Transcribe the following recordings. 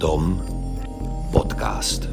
Dom podcast.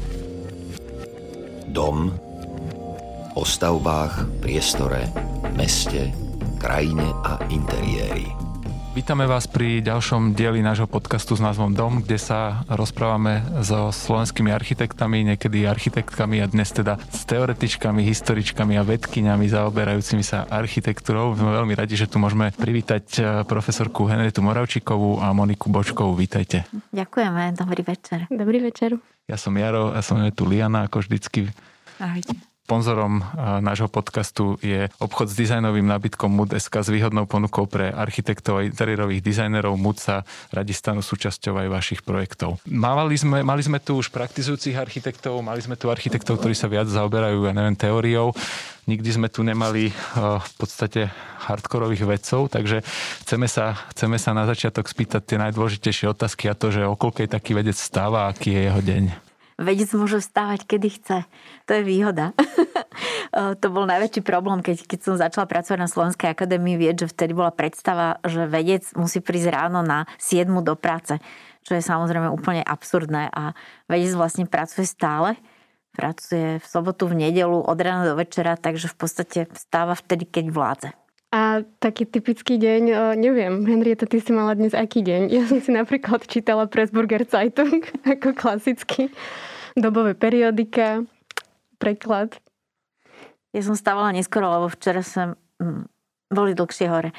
Dom o stavbách, priestore, meste, krajine a interiéri. Vítame vás pri ďalšom dieli nášho podcastu s názvom Dom, kde sa rozprávame so slovenskými architektami, niekedy architektkami a dnes teda s teoretičkami, historičkami a vedkyňami zaoberajúcimi sa architektúrou. Sme veľmi radi, že tu môžeme privítať profesorku Henrietu Moravčíkovú a Moniku Bočkovú. Vítajte. Ďakujeme, dobrý večer. Dobrý večer. Ja som Jaro a som tu Liana, ako vždycky. Ahojte. Sponzorom nášho podcastu je obchod s dizajnovým nábytkom Mood.sk s výhodnou ponukou pre architektov a interiérových dizajnerov. Mood sa radi stanú súčasťou aj vašich projektov. Mali sme tu už praktizujúcich architektov, mali sme tu architektov, ktorí sa viac zaoberajú, teóriou. Nikdy sme tu nemali v podstate hardkorových vedcov, takže chceme sa na začiatok spýtať tie najdôležitejšie otázky a to, že o koľkej taký vedec stáva, aký je jeho deň. Vedec môže vstávať, kedy chce. To je výhoda. To bol najväčší problém, keď som začala pracovať na Slovenskej akadémii vied, že vtedy bola predstava, že vedec musí prísť ráno na 7 do práce, čo je samozrejme úplne absurdné. A vedec vlastne pracuje stále. Pracuje v sobotu, v nedeľu, od rána do večera, takže v podstate vstáva vtedy, keď vládze. A taký typický deň, neviem, Henrieta, ty si mala dnes aký deň? Ja som si napríklad čítala Pressburger Zeitung, ako klasicky, dobové periodika, preklad. Ja som stávala neskoro, lebo včera boli dlhšie hore.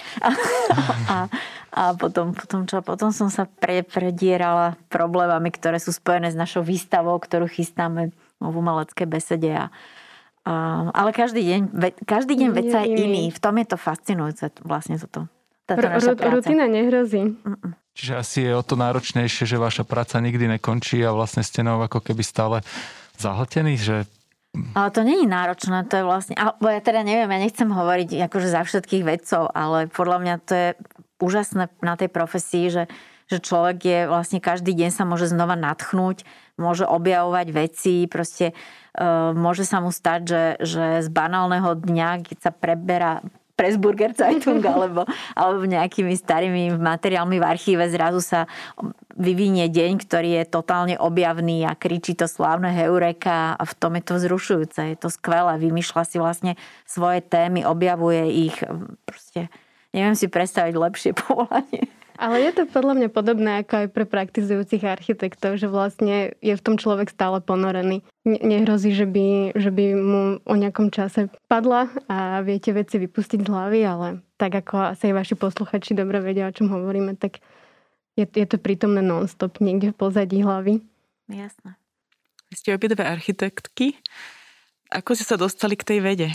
A potom som sa predierala problémami, ktoré sú spojené s našou výstavou, ktorú chystáme v umeleckej besede. Ale každý deň vec sa je iný. V tom je to fascinujúce vlastne táto naša práca. Rutina nehrozí. Čiže asi je o to náročnejšie, že vaša práca nikdy nekončí a vlastne ste ako keby stále zahltení, že... Ale to nie je náročné, to je vlastne... Ja teda neviem, ja nechcem hovoriť akože za všetkých vedcov, ale podľa mňa to je úžasné na tej profesii, že človek je vlastne každý deň sa môže znova nadchnúť, môže objavovať veci, proste môže sa mu stať, že z banálneho dňa, keď sa preberá Pressburger Zeitung alebo nejakými starými materiálmi v archíve, zrazu sa vyvinie deň, ktorý je totálne objavný a kričí to slávne heureka a v tom je to vzrušujúce, je to skvelé, vymýšľa si vlastne svoje témy, objavuje ich, proste neviem si predstaviť lepšie povolanie. Ale je to podľa mňa podobné ako aj pre praktizujúcich architektov, že vlastne je v tom človek stále ponorený. Nehrozí, že by mu o nejakom čase padla a viete veci vypustiť z hlavy, ale tak ako asi aj vaši posluchači dobre vedia, o čom hovoríme, tak je to prítomné non-stop niekde v pozadí hlavy. Jasné. Vy ste obidve architektky. Ako ste sa dostali k tej vede?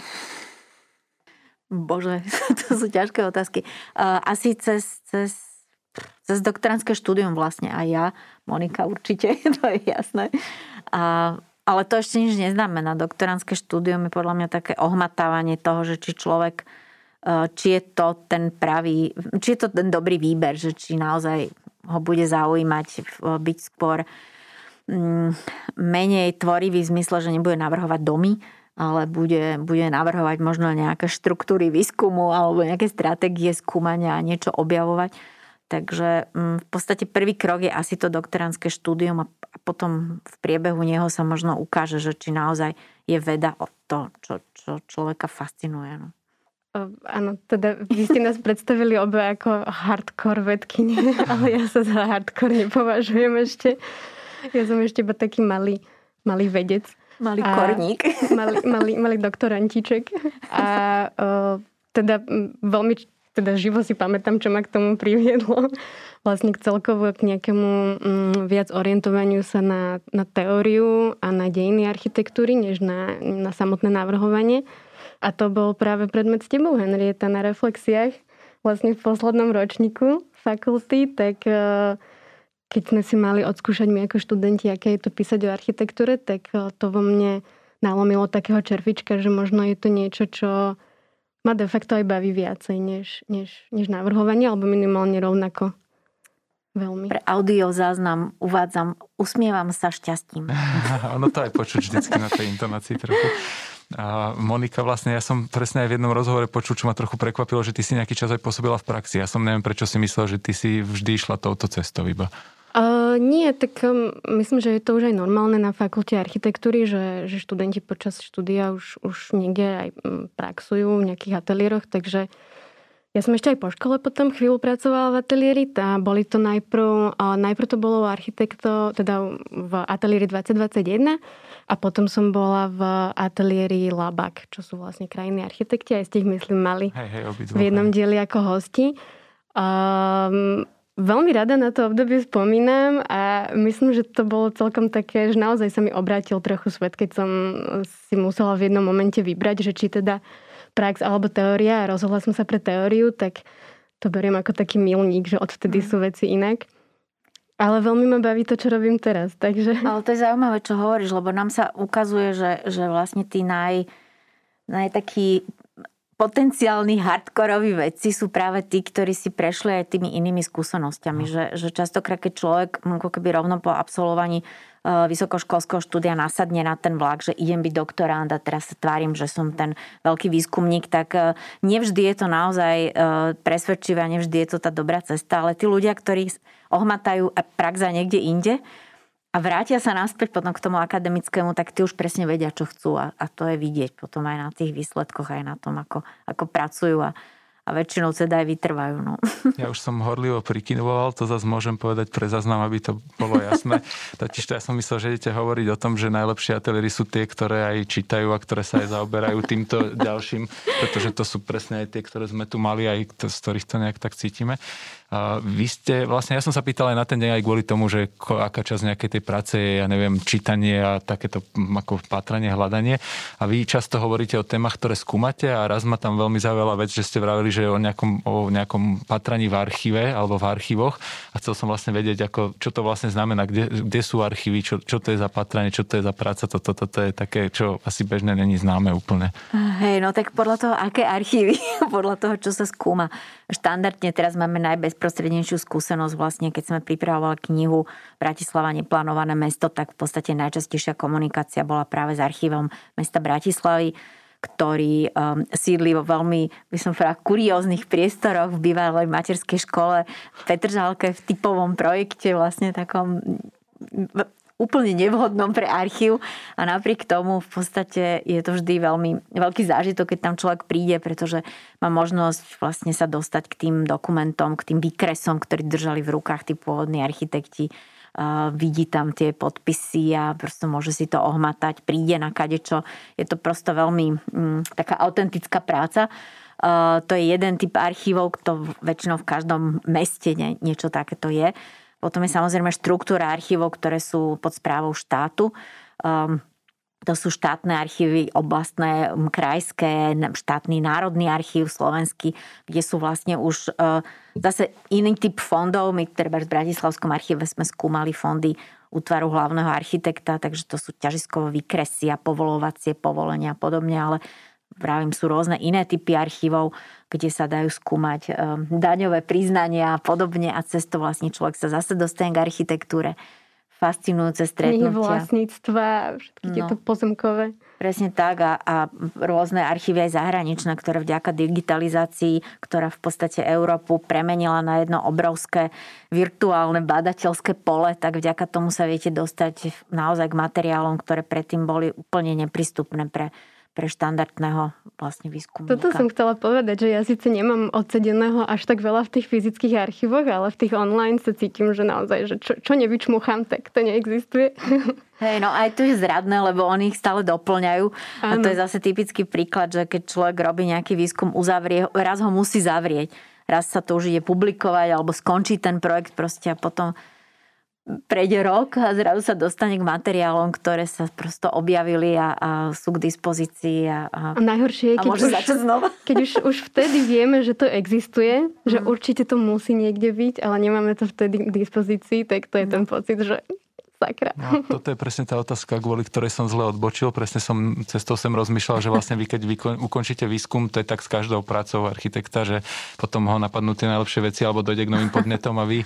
Bože, to sú ťažké otázky. Asi cez doktorantské štúdium vlastne aj ja, Monika určite, to je jasné. Ale to ešte nič neznamená. Doktorantské štúdium je podľa mňa také ohmatávanie toho, že či človek, či je to ten dobrý výber, že či naozaj ho bude zaujímať byť skôr menej tvorivý v zmysle, že nebude navrhovať domy, ale bude navrhovať možno nejaké štruktúry výskumu alebo nejaké stratégie skúmania a niečo objavovať. Takže v podstate prvý krok je asi to doktorantské štúdium a potom v priebehu neho sa možno ukáže, že či naozaj je veda o to, čo človeka fascinuje. No. Áno, teda vy ste nás predstavili obe ako hardcore vedkyne, ale ja sa za hardcore nepovažujem ešte. Ja som ešte iba taký malý vedec. Malý korník. Malý doktorantíček. A teda veľmi živo si pamätám, čo ma k tomu priviedlo. Vlastne celkovo k nejakému viac orientovaniu sa na teóriu a na dejiny architektúry, než na samotné navrhovanie. A to bol práve predmet s tebou, Henrieta, na reflexiách. Vlastne v poslednom ročníku fakulty, tak keď sme si mali odskúšať my ako študenti, aké je to písať o architektúre, tak to vo mne nalomilo takého červička, že možno je to niečo, čo ma de facto aj baví viacej, než navrhovanie, alebo minimálne rovnako veľmi. Pre audio záznam uvádzam, usmievam sa šťastím. Ono to aj počuť vždycky na tej intonácii trochu. A Monika, vlastne ja som presne aj v jednom rozhovore počul, čo ma trochu prekvapilo, že ty si nejaký čas aj pôsobila v praxi. Ja som neviem, prečo si myslel, že ty si vždy išla touto cestou iba. Nie, tak myslím, že je to už aj normálne na fakulte architektúry, že študenti počas štúdia už niekde aj praxujú v nejakých ateliéroch, takže ja som ešte aj po škole potom chvíľu pracovala v ateliéri a boli to najprv to bolo teda v ateliéri 2021 a potom som bola v ateliéri Labak, čo sú vlastne krajinní architekti, aj ste ich myslím mali v jednom dieli ako hosti. Veľmi rada na to obdobie spomínam a myslím, že to bolo celkom také, že naozaj sa mi obrátil trochu svet, keď som si musela v jednom momente vybrať, že či teda prax alebo teória a rozhodla som sa pre teóriu, tak to beriem ako taký milník, že odvtedy sú veci inak. Ale veľmi ma baví to, čo robím teraz, takže... Ale to je zaujímavé, čo hovoríš, lebo nám sa ukazuje, že vlastne tí takí potenciálni hardkoroví vedci sú práve tí, ktorí si prešli aj tými inými skúsenosťami. Že častokrát, keď človek ako keby rovno po absolvovaní vysokoškolského štúdia nasadne na ten vlak, že idem byť doktorant a teraz sa tvárim, že som ten veľký výskumník, tak nevždy je to naozaj presvedčivé a nevždy je to tá dobrá cesta, ale tí ľudia, ktorí ohmatajú prax aj niekde inde a vrátia sa naspäť potom k tomu akademickému, tak tí už presne vedia, čo chcú a to je vidieť potom aj na tých výsledkoch, aj na tom, ako pracujú a väčšinou teda aj vytrvajú. No. Ja už som horlivo prikyvoval, to zase môžem povedať pre záznam, aby to bolo jasné. Totižto ja som myslel, že idete hovoriť o tom, že najlepšie ateliéry sú tie, ktoré aj čítajú a ktoré sa aj zaoberajú týmto ďalším, pretože to sú presne aj tie, ktoré sme tu mali, aj z ktorých to nejak tak cítime. Vy ste, vlastne ja som sa pýtal aj na ten deň aj kvôli tomu, že aká časť nejakej tej práce je, ja neviem, čítanie a takéto ako pátranie, hľadanie. A vy často hovoríte o témach, ktoré skúmate a raz ma tam veľmi zaujala vec, že ste vravili, že o nejakom pátraní v archíve alebo v archívoch a chcel som vlastne vedieť, čo to vlastne znamená, kde sú archívy, čo to je za pátranie, čo to je za práca, toto je také, čo asi bežné není známe úplne. Hej, no tak podľa toho, aké archívy, podľa toho, čo sa skúma. Štandardne teraz máme najbezprostrednejšiu skúsenosť vlastne, keď sme pripravovali knihu Bratislava neplánované mesto, tak v podstate najčastejšia komunikácia bola práve s archívom mesta Bratislavy, ktorý sídli vo veľmi, by som povedala, kurióznych priestoroch v bývalej materskej škole v Petržalke v typovom projekte, vlastne takom úplne nevhodnom pre archív a napriek tomu v podstate je to vždy veľmi veľký zážitok, keď tam človek príde, pretože má možnosť vlastne sa dostať k tým dokumentom, k tým výkresom, ktorí držali v rukách tí pôvodní architekti. Vidí tam tie podpisy a proste môže si to ohmatať, príde na kadečo. Je to prosto veľmi taká autentická práca. To je jeden typ archívov, to väčšinou v každom meste niečo takéto je. Potom je samozrejme štruktúra archívov, ktoré sú pod správou štátu. To sú štátne archívy, oblastné, krajské, štátny národný archív slovenský, kde sú vlastne už zase iný typ fondov. My v Bratislavskom archíve sme skúmali fondy útvaru hlavného architekta, takže to sú ťažiskové výkresy a povolovacie povolenia a podobne, ale vravím, sú rôzne iné typy archívov, kde sa dajú skúmať daňové priznania a podobne a cez to vlastne človek sa zase dostane k architektúre. Fascinujúce stretnutia. Vlastníctva, všetky tieto pozemkové. Presne tak a rôzne archívy aj zahraničné, ktoré vďaka digitalizácii, ktorá v podstate Európu premenila na jedno obrovské virtuálne badateľské pole, tak vďaka tomu sa viete dostať naozaj k materiálom, ktoré predtým boli úplne neprístupné pre štandardného vlastne výskumníka. Toto som chcela povedať, že ja síce nemám odsedeného až tak veľa v tých fyzických archívoch, ale v tých online sa cítim, že naozaj, že čo nevyčmuchám, tak to neexistuje. Hej, no aj to je zradné, lebo oni ich stále doplňajú. A to je zase typický príklad, že keď človek robí nejaký výskum, uzavrie, raz ho musí zavrieť. Raz sa to už ide publikovať, alebo skončí ten projekt proste a potom prejde rok a zrazu sa dostane k materiálom, ktoré sa prosto objavili a sú k dispozícii a najhoršie je, môže začať znova. Keď už vtedy vieme, že to existuje, že určite to musí niekde byť, ale nemáme to vtedy k dispozícii, tak to je ten pocit, že sakra. No, toto je presne tá otázka, kvôli ktorej som zle odbočil. Presne som cez to sem rozmýšľal, že vlastne vy, keď ukončíte výskum, to je tak s každou prácou architekta, že potom ho napadnú tie najlepšie veci alebo dojde k novým podnetom a vy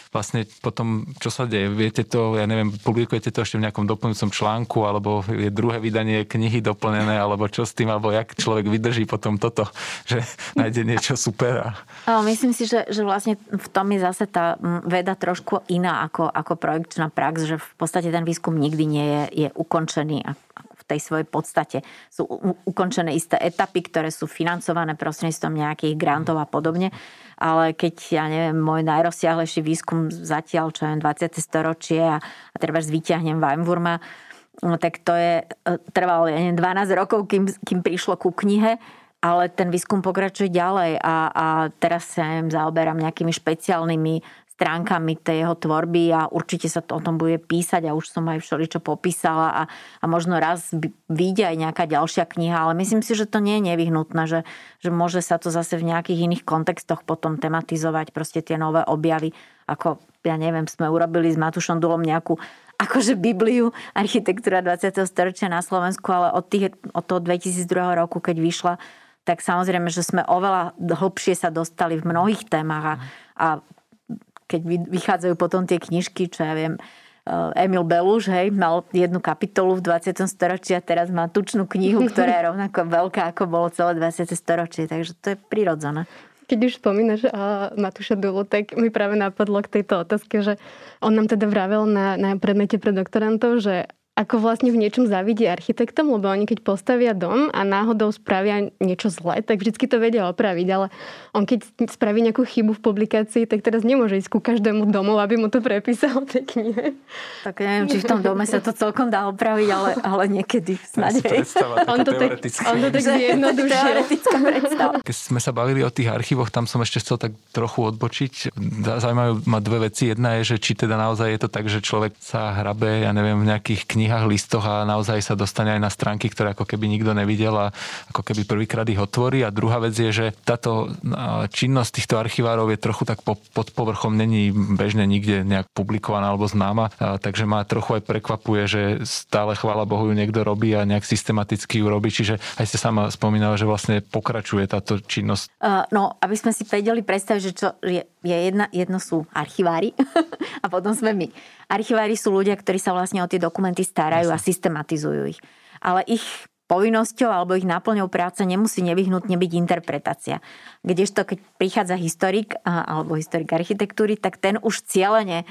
vlastne potom, čo sa deje? Viete to, ja neviem, publikujete to ešte v nejakom doplňujúcom článku, alebo je druhé vydanie knihy doplnené, alebo čo s tým, alebo jak človek vydrží potom toto, že nájde niečo super. Myslím si, že vlastne v tom je zase tá veda trošku iná ako projekčná prax, že v podstate ten výskum nikdy nie je ukončený v tej svojej podstate. Sú ukončené isté etapy, ktoré sú financované prostredníctvom nejakých grantov a podobne. Ale keď, ja neviem, môj najrozsiahlejší výskum zatiaľ, čo je 20. storočie a treba vyťahnem Weinwurma, tak to je trvalo 12 rokov, kým prišlo ku knihe, ale ten výskum pokračuje ďalej a teraz sa zaoberám nejakými špeciálnymi stránkami tej jeho tvorby a určite sa to o tom bude písať a už som aj všeličo popísala a možno raz vyjde aj nejaká ďalšia kniha, ale myslím si, že to nie je nevyhnutné, že môže sa to zase v nejakých iných kontextoch potom tematizovať, proste tie nové objavy, ako, ja neviem, sme urobili s Matúšom Dulom nejakú akože Bibliu architektúra 20. storočia na Slovensku, ale od toho 2002 roku, keď vyšla, tak samozrejme, že sme oveľa hlbšie sa dostali v mnohých témach a keď vychádzajú potom tie knižky, čo ja viem, Emil Beluš, mal jednu kapitolu v 20. storočí a teraz má tučnú knihu, ktorá je rovnako veľká, ako bolo celé 20. storočie, takže to je prirodzené. Keď už spomínaš Matúša Dulu, tak mi práve napadlo k tejto otázke, že on nám teda vravel na predmete pre doktorantov, že ako vlastne v niečom závidí architektom, lebo oni keď postavia dom a náhodou spravia niečo zlé, tak vždycky to vedia opraviť, ale on keď spraví nejakú chybu v publikácii, tak teraz nemôže ísť ku každému domov, aby mu to prepísal v tej knihe. Tak neviem, či v tom dome sa to celkom dá opraviť, ale niekedy snáď. On to tak zjednodušil. Teoretická predstava. Keď sme sa bavili o tých archívoch, tam som ešte chcel tak trochu odbočiť. Zaujímajú ma dve veci. Jedna je, že či teda naozaj je to tak, že človek sa hrabe, ja neviem, v nejakých knihách, listoch a naozaj sa dostane aj na stránky, ktoré ako keby nikto nevidel a ako keby prvýkrát ich otvorí. A druhá vec je, že táto činnosť týchto archivárov je trochu tak pod povrchom, není bežne nikde nejak publikovaná alebo známa, takže ma trochu aj prekvapuje, že stále, chvála Bohu, ju niekto robí a nejak systematicky ju robí. Čiže aj ste sama spomínala, že vlastne pokračuje táto činnosť. No, aby sme si vedeli predstaviť, že čo je jedno sú archivári a potom sme my. Archivári sú ľudia, ktorí sa vlastne o tie dokumenty starajú a systematizujú ich. Ale ich povinnosťou alebo ich náplňou práce nemusí nevyhnutne byť interpretácia. Kdežto keď prichádza historik alebo historik architektúry, tak ten už cieľene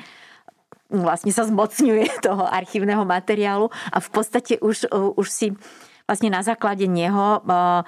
vlastne sa zmocňuje toho archívneho materiálu a v podstate už si vlastne na základe neho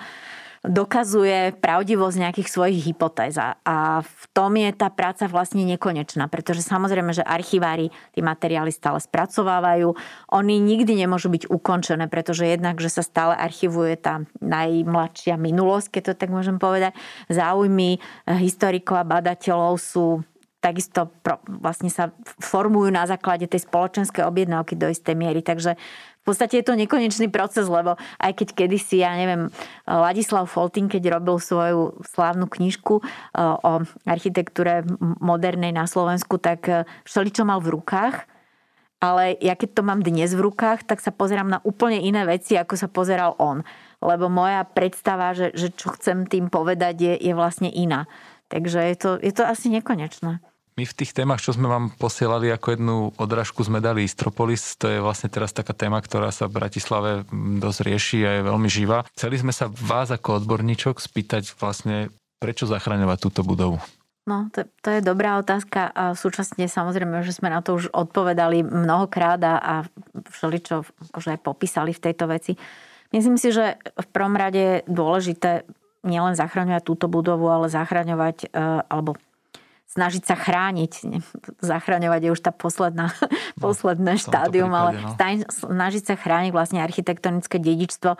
dokazuje pravdivosť nejakých svojich hypotéz. A v tom je tá práca vlastne nekonečná, pretože samozrejme, že archivári tí materiály stále spracovávajú. Oni nikdy nemôžu byť ukončené, pretože jednak, že sa stále archivuje tá najmladšia minulosť, keď to tak môžem povedať. Záujmy historikov a badateľov sú takisto vlastne sa formujú na základe tej spoločenskej objednávky do istej miery. Takže v podstate je to nekonečný proces, lebo aj keď kedysi, ja neviem, Ladislav Foltín, keď robil svoju slávnu knižku o architektúre modernej na Slovensku, tak všeličo mal v rukách. Ale ja keď to mám dnes v rukách, tak sa pozerám na úplne iné veci, ako sa pozeral on. Lebo moja predstava, že čo chcem tým povedať, je vlastne iná. Takže je to asi nekonečné. My v tých témach, čo sme vám posielali ako jednu odrážku z medailí Istropolis, to je vlastne teraz taká téma, ktorá sa v Bratislave dosť rieši a je veľmi živá. Chceli sme sa vás ako odborníčok spýtať vlastne, prečo zachraňovať túto budovu? No, to je dobrá otázka a súčasne samozrejme, že sme na to už odpovedali mnohokrát a všeličo akože aj popísali v tejto veci. Myslím si, že v prvom rade je dôležité nielen zachraňovať túto budovu, ale zachraňovať alebo snažiť sa chrániť. Zachraňovať je už tá posledné štádium, ale snažiť sa chrániť vlastne architektonické dedičstvo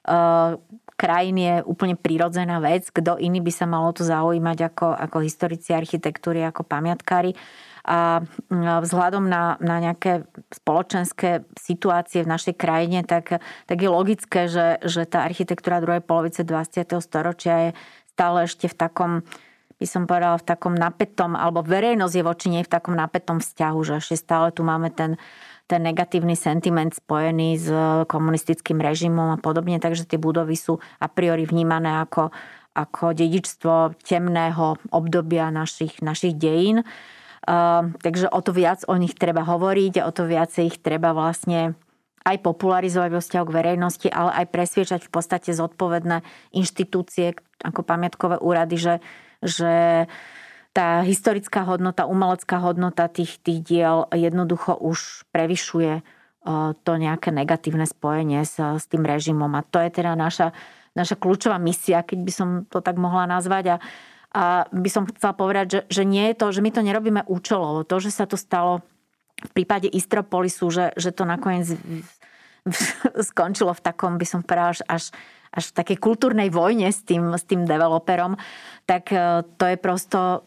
krajín je úplne prirodzená vec. Kto iný by sa malo to zaujímať ako historici architektúry, ako pamiatkári. A vzhľadom na nejaké spoločenské situácie v našej krajine, tak je logické, že tá architektúra druhej polovice 20. storočia je stále ešte v takom, by som povedala, v takom napätom, alebo verejnosť je voči nej v takom napätom vzťahu, že ešte stále tu máme ten negatívny sentiment spojený s komunistickým režimom a podobne, takže tie budovy sú a priori vnímané ako dedičstvo temného obdobia našich dejín. Takže o to viac o nich treba hovoriť, o to viacej ich treba vlastne aj popularizovať vo vzťahu k verejnosti, ale aj presviečať v podstate zodpovedné inštitúcie ako pamiatkové úrady, že tá historická hodnota, umelecká hodnota tých diel jednoducho už prevyšuje to nejaké negatívne spojenie s tým režimom. A to je teda naša kľúčová misia, keď by som to tak mohla nazvať. A by som chcela povedať, že nie je to, že my to nerobíme účelovo. To, že sa to stalo v prípade Istropolisu, že to nakoniec skončilo v takom, by som povedala, až v takej kultúrnej vojne s tým developerom, tak to je prosto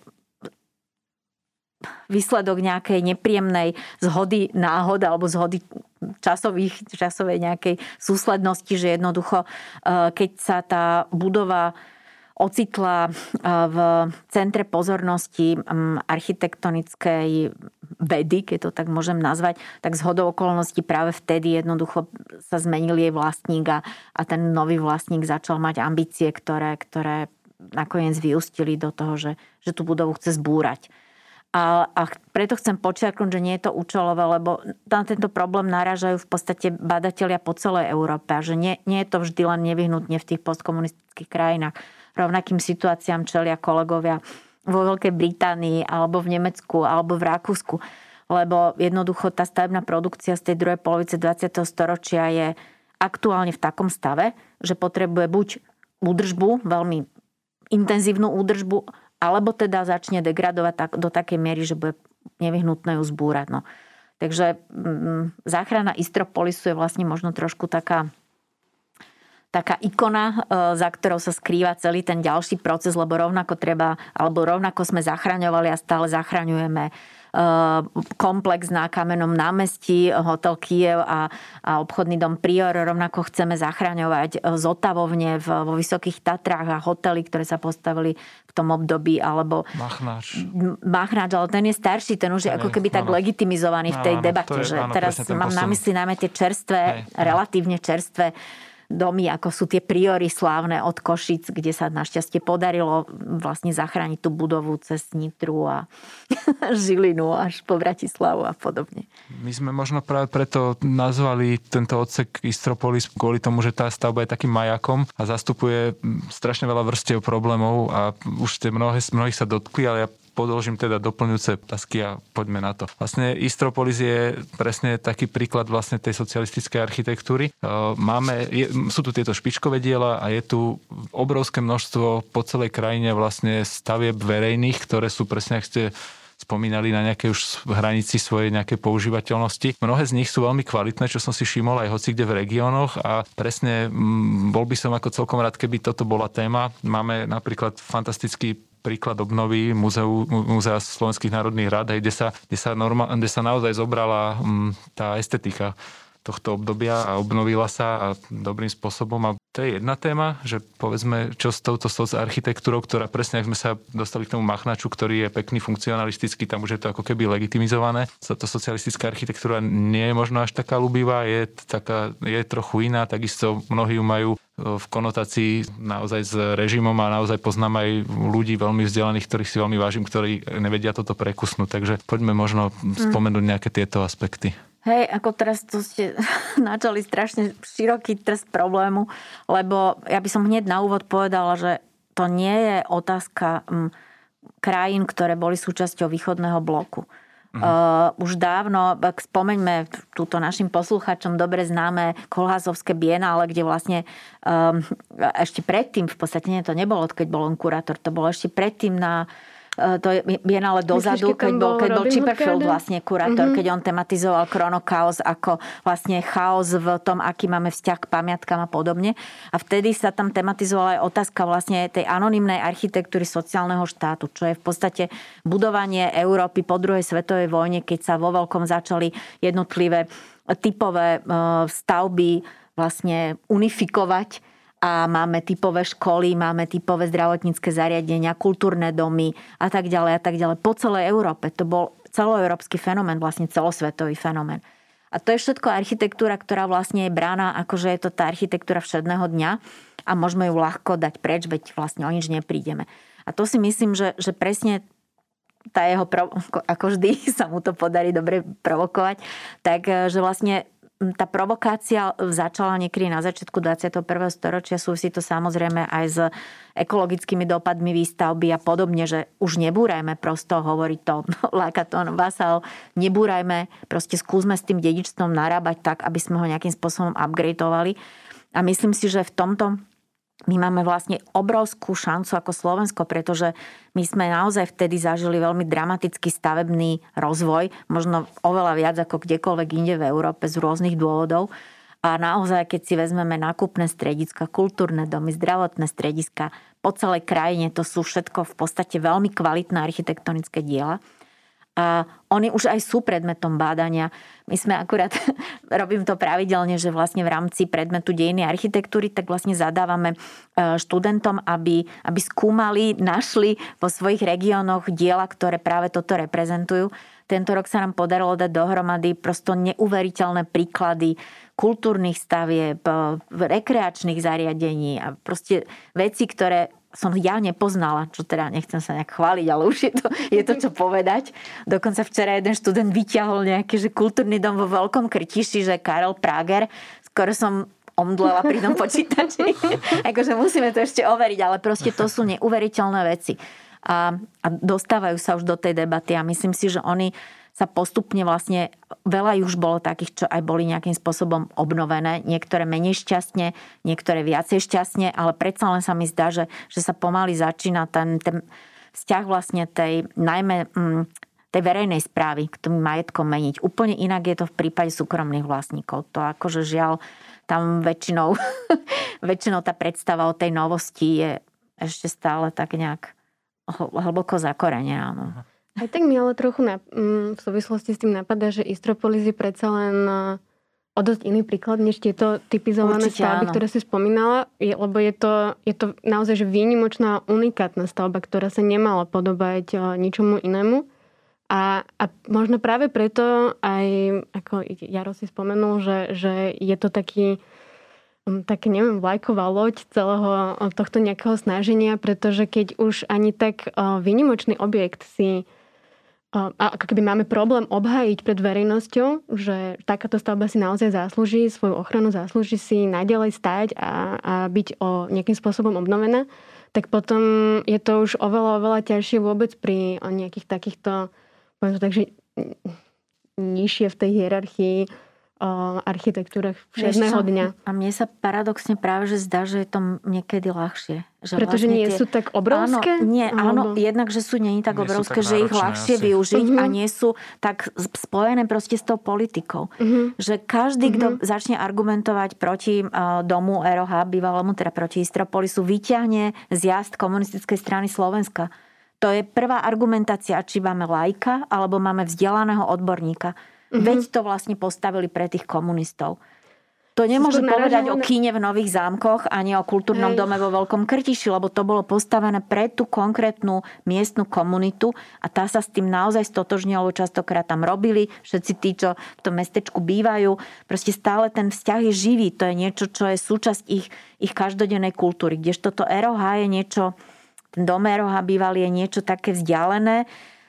výsledok nejakej nepríjemnej zhody náhod alebo zhody časovej nejakej súslednosti, že jednoducho, keď sa tá budova ocitla v centre pozornosti architektonickej vedy, keď to tak môžem nazvať, tak zhodou okolností práve vtedy jednoducho sa zmenil jej vlastník a ten nový vlastník začal mať ambície, ktoré nakoniec vyústili do toho, že tú budovu chce zbúrať. A preto chcem počiarknúť, že nie je to účelové, lebo na tento problém narážajú v podstate badatelia po celej Európe a že nie je to vždy len nevyhnutne v tých postkomunistických krajinách. Rovnakým situáciám čelia kolegovia vo Veľkej Británii alebo v Nemecku alebo v Rakúsku. Lebo jednoducho tá stavebná produkcia z tej druhej polovice 20. storočia je aktuálne v takom stave, že potrebuje buď údržbu, veľmi intenzívnu údržbu, alebo teda začne degradovať do takej miery, že bude nevyhnutné ju zbúrať. No. Takže záchrana Istropolisu je vlastne možno trošku taká ikona, za ktorou sa skrýva celý ten ďalší proces, lebo rovnako sme zachraňovali a stále zachraňujeme komplex na Kamennom námestí, hotel Kyjev a obchodný dom Prior. Rovnako chceme zachraňovať Zotavovne vo Vysokých Tatrách a hotely, ktoré sa postavili v tom období, alebo Machnáč, ale ten je starší, ten už je ako keby tak legitimizovaný v tej debate, že teraz mám na mysli najmä tie relatívne čerstvé domy, ako sú tie Priory slávne od Košic, kde sa našťastie podarilo vlastne zachrániť tú budovu cez Nitru a Žilinu až po Bratislavu a podobne. My sme možno práve preto nazvali tento odsek Istropolis kvôli tomu, že tá stavba je takým majakom a zastupuje strašne veľa vrstiev problémov a už tie mnohých sa dotkli, ale ja podložím teda doplňujúce otázky a poďme na to. Vlastne Istropolis je presne taký príklad vlastne tej socialistickej architektúry. Sú tu tieto špičkové diela a je tu obrovské množstvo po celej krajine vlastne stavieb verejných, ktoré sú presne, ak ste spomínali, na nejakej už hranici svojej nejakej používateľnosti. Mnohé z nich sú veľmi kvalitné, čo som si všimol aj hoci kde v regiónoch a presne bol by som ako celkom rád, keby toto bola téma. Máme napríklad fantastický príklad obnovy Múzea slovenských národných rád, kde sa naozaj zobrala tá estetika tohto obdobia a obnovila sa a dobrým spôsobom. A to je jedna téma, že povedzme, čo s touto architektúrou, ktorá presne, ak sme sa dostali k tomu Machnaču, ktorý je pekný, funkcionalistický, tam už je to ako keby legitimizované. Táto socialistická architektúra nie je možno až taká ľúbivá, je trochu iná, takisto mnohí ju majú v konotácii naozaj s režimom a naozaj poznám aj ľudí veľmi vzdelaných, ktorých si veľmi vážim, ktorí nevedia toto prekusnúť. Takže poďme možno spomenúť nejaké tieto aspekty. Hej, ako teraz tu ste načali strašne široký trst problému, lebo ja by som hneď na úvod povedala, že to nie je otázka krajín, ktoré boli súčasťou východného bloku. Už dávno, spomeňme túto našim poslucháčom dobre známe Kolházovské bienále, kde vlastne ešte predtým, v podstate to nebolo, keď bol on kurátor, to bolo ešte predtým na to bienále dozadu, keď bol Chipperfield vlastne kurátor, keď on tematizoval chronochaos ako vlastne chaos v tom, aký máme vzťah k pamiatkám a podobne. A vtedy sa tam tematizovala aj otázka vlastne tej anonymnej architektúry sociálneho štátu, čo je v podstate budovanie Európy po druhej svetovej vojne, keď sa vo veľkom začali jednotlivé typové stavby vlastne unifikovať. A máme typové školy, máme typové zdravotnícke zariadenia, kultúrne domy a tak ďalej a tak ďalej. Po celej Európe. To bol celoeurópsky fenomén, vlastne celosvetový fenomén. A to je všetko architektúra, ktorá vlastne je brána, akože je to tá architektúra všedného dňa a môžeme ju ľahko dať preč, veď vlastne o nič neprídeme. A to si myslím, že presne tá jeho, ako vždy sa mu to podarí dobre provokovať, takže vlastne tá provokácia začala niekedy na začiatku 21. storočia, súvisí to samozrejme aj s ekologickými dopadmi výstavby a podobne, že už nebúrajme prosto, hovorí to Lacan, Vassal, nebúrajme, proste skúsme s tým dedičstvom narábať tak, aby sme ho nejakým spôsobom upgradeovali. A myslím si, že v tomto my máme vlastne obrovskú šancu ako Slovensko, pretože my sme naozaj vtedy zažili veľmi dramatický stavebný rozvoj, možno oveľa viac ako kdekoľvek inde v Európe z rôznych dôvodov. A naozaj, keď si vezmeme nákupné strediska, kultúrne domy, zdravotné strediska po celej krajine, to sú všetko v podstate veľmi kvalitné architektonické diela. A oni už aj sú predmetom bádania. My sme akurát, robím to pravidelne, že vlastne v rámci predmetu dejiny architektúry, tak vlastne zadávame študentom, aby skúmali, našli vo svojich regiónoch diela, ktoré práve toto reprezentujú. Tento rok sa nám podarilo dať dohromady prosto neuveriteľné príklady kultúrnych stavieb, rekreačných zariadení a proste veci, ktoré som ja nepoznala, čo teda nechcem sa nejak chváliť, ale už je to čo povedať. Dokonca včera jeden študent vyťahol nejaký, že kultúrny dom vo Veľkom Krtiši, že Karel Prager, skoro som omdlela pri tom počítači. Akože musíme to ešte overiť, ale proste to sú neuveriteľné veci. A dostávajú sa už do tej debaty a myslím si, že oni sa postupne vlastne, veľa už bolo takých, čo aj boli nejakým spôsobom obnovené, niektoré menej šťastne, niektoré viacej šťastne, ale predsa len sa mi zdá, že sa pomaly začína ten vzťah vlastne tej, najmä tej verejnej správy k tým majetkom meniť. Úplne inak je to v prípade súkromných vlastníkov. To akože žiaľ, tam väčšinou tá predstava o tej novosti je ešte stále tak nejak hlboko zakorenená. No. Aj tak mi ale trochu v súvislosti s tým napadá, že Istropolis je predsa len o dosť iný príklad, než tieto typizované stavby, ktoré si spomínala, lebo je to naozaj že výnimočná, unikátna stavba, ktorá sa nemala podobať ničomu inému. A možno práve preto aj, ako Jaro si spomenul, že je to taký neviem, vlajková loď celého tohto nejakého snaženia, pretože keď už ani tak výnimočný objekt si ako keby máme problém obhájiť pred verejnosťou, že takáto stavba si naozaj zaslúži svoju ochranu, zaslúži si naďalej stáť a byť nejakým spôsobom obnovená, tak potom je to už oveľa ťažšie vôbec pri nejakých takýchto, poviem to tak, že nižšie v tej hierarchii architektúrach všedného dňa. A mne sa paradoxne práve že zdá, že je to niekedy ľahšie. Že pretože vlastne nie sú tak obrovské? Áno, jednak, že sú nie tak obrovské, že ich ľahšie využiť a nie sú tak spojené proste s tou politikou. Že každý, kto začne argumentovať proti domu ROH, bývalému, teda proti Istropolisu, vyťahne zjazd komunistickej strany Slovenska. To je prvá argumentácia, či máme laika, alebo máme vzdelaného odborníka. Veď to vlastne postavili pre tých komunistov. To nemôže povedať o kíne v Nových Zámkoch ani o kultúrnom dome vo Veľkom Krtiši, lebo to bolo postavené pre tú konkrétnu miestnu komunitu a tá sa s tým naozaj stotožnila, lebo častokrát tam robili všetci tí, čo v tom mestečku bývajú. Proste stále ten vzťah je živý. To je niečo, čo je súčasť ich každodennej kultúry. Kdežto to ROH je niečo, ten dom ROH bývalý je niečo také vzdialené.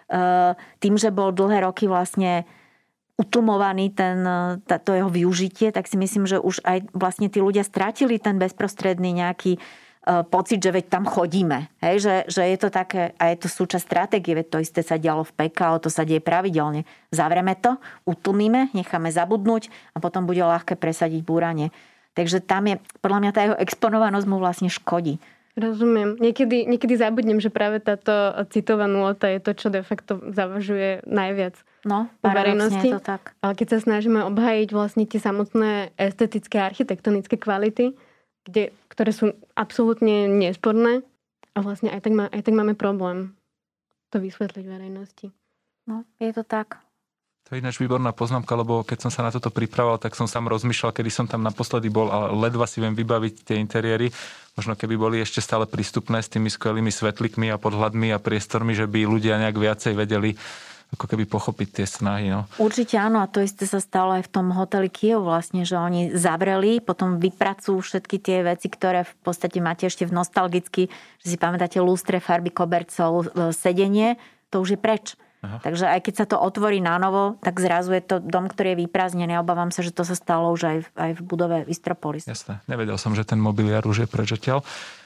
Tým, že bol dlhé roky vlastne utlmovaný to jeho využitie, tak si myslím, že už aj vlastne tí ľudia strátili ten bezprostredný nejaký pocit, že veď tam chodíme. Hej? Že je to také, a je to súčasť stratégie, veď to isté sa dialo v PKO, to sa deje pravidelne. Zavreme to, utlmíme, necháme zabudnúť a potom bude ľahké presadiť búranie. Takže tam je, podľa mňa tá jeho exponovanosť mu vlastne škodí. Rozumiem. Niekedy zabudnem, že práve táto citová nôta je to, čo de facto zavažuje najviac. No, paradoxne je to tak. Ale keď sa snažíme obhájiť vlastne tie samotné estetické a architektonické kvality, ktoré sú absolútne nesporné a vlastne aj tak máme problém to vysvetliť verejnosti. No, je to tak. To je ináč výborná poznámka, lebo keď som sa na toto pripravoval, tak som sám rozmýšľal, kedy som tam naposledy bol a ledva si viem vybaviť tie interiéry. Možno keby boli ešte stále prístupné s tými skvelými svetlikmi a podhľadmi a priestormi, že by ľudia nejak viacej vedeli ako keby pochopiť tie snahy. No. Určite áno, a to isté sa stalo aj v tom hoteli Kyjev vlastne, že oni zavreli, potom vypracujú všetky tie veci, ktoré v podstate máte ešte v nostalgicky, že si pamätáte lustre, farby kobercov, sedenie, to už je preč. Aha. Takže aj keď sa to otvorí na novo, tak zrazu je to dom, ktorý je vyprázdnený. Obávam sa, že to sa stalo už aj v budove Vistropolis. Jasné. Nevedel som, že ten mobiliár už je preč odtiaľ.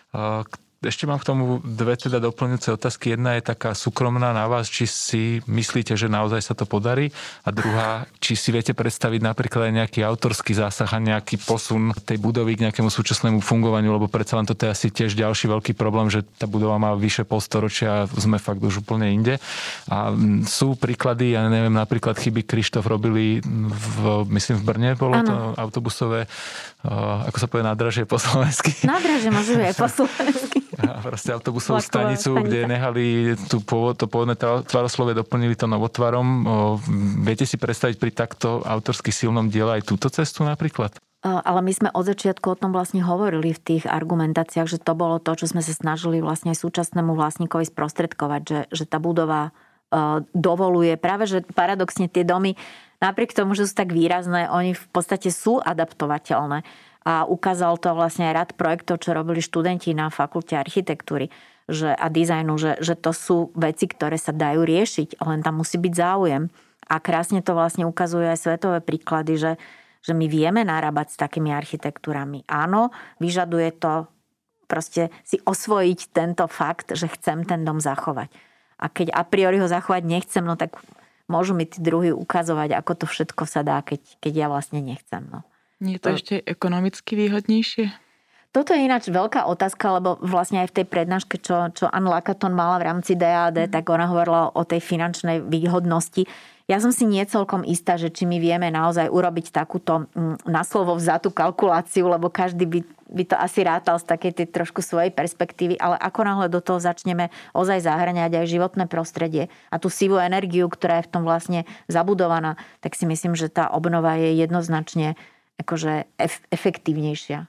Ešte mám k tomu dve teda doplňujúce otázky. Jedna je taká súkromná na vás, či si myslíte, že naozaj sa to podarí. A druhá, či si viete predstaviť napríklad aj nejaký autorský zásah a nejaký posun tej budovy k nejakému súčasnému fungovaniu, lebo predsa len toto je asi tiež ďalší veľký problém, že tá budova má vyše polstoročia a sme fakt už úplne inde. A sú príklady, ja neviem, napríklad chyby Krištof robili myslím v Brne, bolo to autobusové, ako sa povie, nádražie po slovensky. Nádražie môžu aj po slovensky. A proste autobusovú stanicu, kde nehali to pôvodné tvaroslovie, doplnili to novotvarom. Viete si predstaviť pri takto autorsky silnom diele aj túto cestu napríklad? Ale my sme od začiatku o tom vlastne hovorili v tých argumentáciách, že to bolo to, čo sme sa snažili vlastne aj súčasnému vlastníkovi sprostredkovať, že tá budova dovoluje. Práve, že paradoxne tie domy, napriek tomu, že sú tak výrazné, oni v podstate sú adaptovateľné. A ukázal to vlastne aj rad projektov, čo robili študenti na fakulte architektúry a dizajnu, že to sú veci, ktoré sa dajú riešiť, len tam musí byť záujem. A krásne to vlastne ukazujú aj svetové príklady, že my vieme narábať s takými architektúrami. Áno, vyžaduje to proste si osvojiť tento fakt, že chcem ten dom zachovať. A keď a priori ho zachovať nechcem, no tak môžu mi tí druhí ukazovať, ako to všetko sa dá, keď ja vlastne nechcem. No. Nie je to ešte ekonomicky výhodnejšie? Toto je ináč veľká otázka, lebo vlastne aj v tej prednáške, čo Ann Lakaton mala v rámci DAD, tak ona hovorila o tej finančnej výhodnosti. Ja som si nie celkom istá, že či my vieme naozaj urobiť takúto na slovo vzatú kalkuláciu, lebo každý by to asi rátal z takej tej trošku svojej perspektívy, ale ako náhle do toho začneme ozaj zahrňať aj životné prostredie a tú sivú energiu, ktorá je v tom vlastne zabudovaná, tak si myslím, že tá obnova je jednoznačne akože efektívnejšia.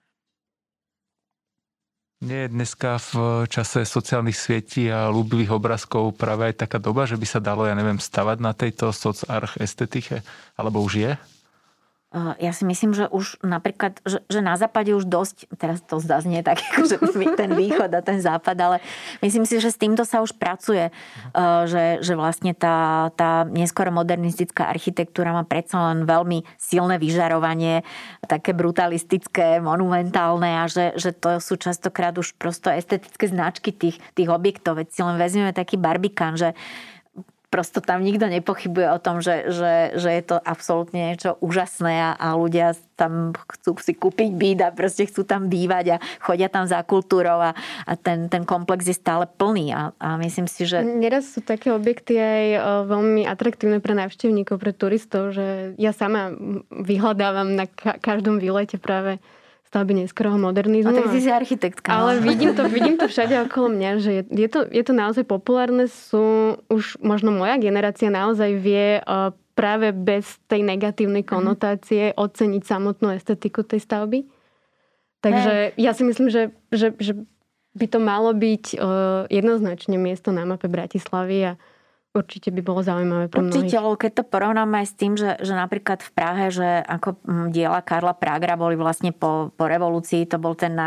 Nie je dneska v čase sociálnych sietí a ľúbivých obrázkov práve aj taká doba, že by sa dalo, ja neviem, stavať na tejto soc-arch estetike? Alebo už je? Ja si myslím, že už napríklad, že na západe už dosť, teraz to zaznie tak, že ten východ a ten západ, ale myslím si, že s týmto sa už pracuje, že vlastne tá neskôr modernistická architektúra má predsa len veľmi silné vyžarovanie, také brutalistické, monumentálne a že to sú častokrát už prosto estetické značky tých objektov. Veď si len vezmeme taký Barbican, že prosto tam nikto nepochybuje o tom, že je to absolútne niečo úžasné a ľudia tam chcú si kúpiť byt a proste chcú tam bývať a chodia tam za kultúrou a ten komplex je stále plný a myslím si, že... Neraz sú také objekty aj veľmi atraktívne pre návštevníkov, pre turistov, že ja sama vyhľadávam na každom výlete práve stavby neskorého modernizmu. No tak ty si architektka. Ale vidím to všade okolo mňa, že je to naozaj populárne. Už možno moja generácia naozaj vie práve bez tej negatívnej konotácie oceniť samotnú estetiku tej stavby. Takže ja si myslím, že by to malo byť jednoznačne miesto na mape Bratislavy a určite by bolo zaujímavé pre mnohých. Určite, keď to porovnáme aj s tým, že napríklad v Prahe, že ako diela Karla Pragra boli vlastne po revolúcii, to bol ten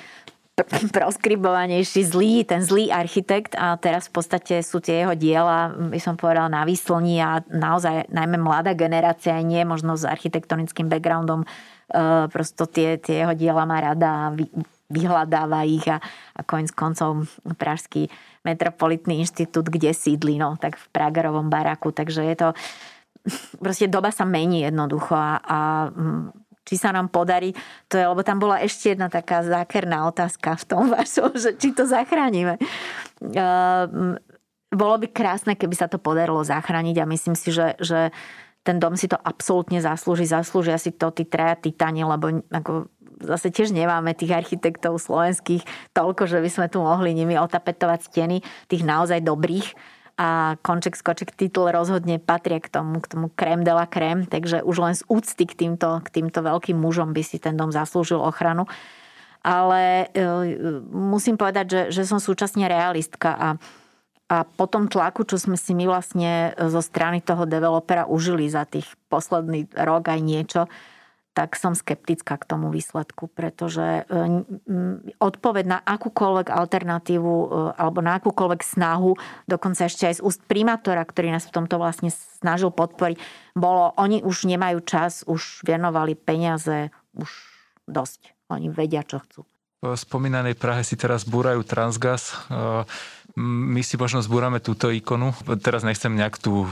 najproskribovanejší ten zlý architekt a teraz v podstate sú tie jeho diela, by som povedala, na výslni a naozaj najmä mladá generácia aj nie možno s architektonickým backgroundom prosto tie jeho diela má rada a vyhľadáva ich a koniec koncov Pražský metropolitný inštitút, kde sídli, no, tak v Pragerovom baraku. Takže je to, proste doba sa mení jednoducho a či sa nám podarí, to je, lebo tam bola ešte jedna taká zákerná otázka v tom vašom, že či to zachránime. Bolo by krásne, keby sa to podarilo zachrániť a myslím si, že ten dom si to absolútne zaslúžia si to tí traja titáni, lebo ako zase tiež nemáme tých architektov slovenských toľko, že by sme tu mohli nimi otapetovať steny, tých naozaj dobrých. A Konček Skoček titul rozhodne patria k tomu crème de la crème, takže už len z úcty k týmto veľkým mužom by si ten dom zaslúžil ochranu. Ale musím povedať, že som súčasne realistka a po tom tlaku, čo sme si my vlastne zo strany toho developera užili za tých posledný rok aj niečo, tak som skeptická k tomu výsledku, pretože odpoveď na akúkoľvek alternatívu alebo na akúkoľvek snahu, dokonca ešte aj z úst primátora, ktorý nás v tomto vlastne snažil podporiť, bolo, oni už nemajú čas, už venovali peniaze, už dosť. Oni vedia, čo chcú. V spomínanej Prahe si teraz búrajú Transgas. My si možno zbúrame túto ikonu. Teraz nechcem nejak tu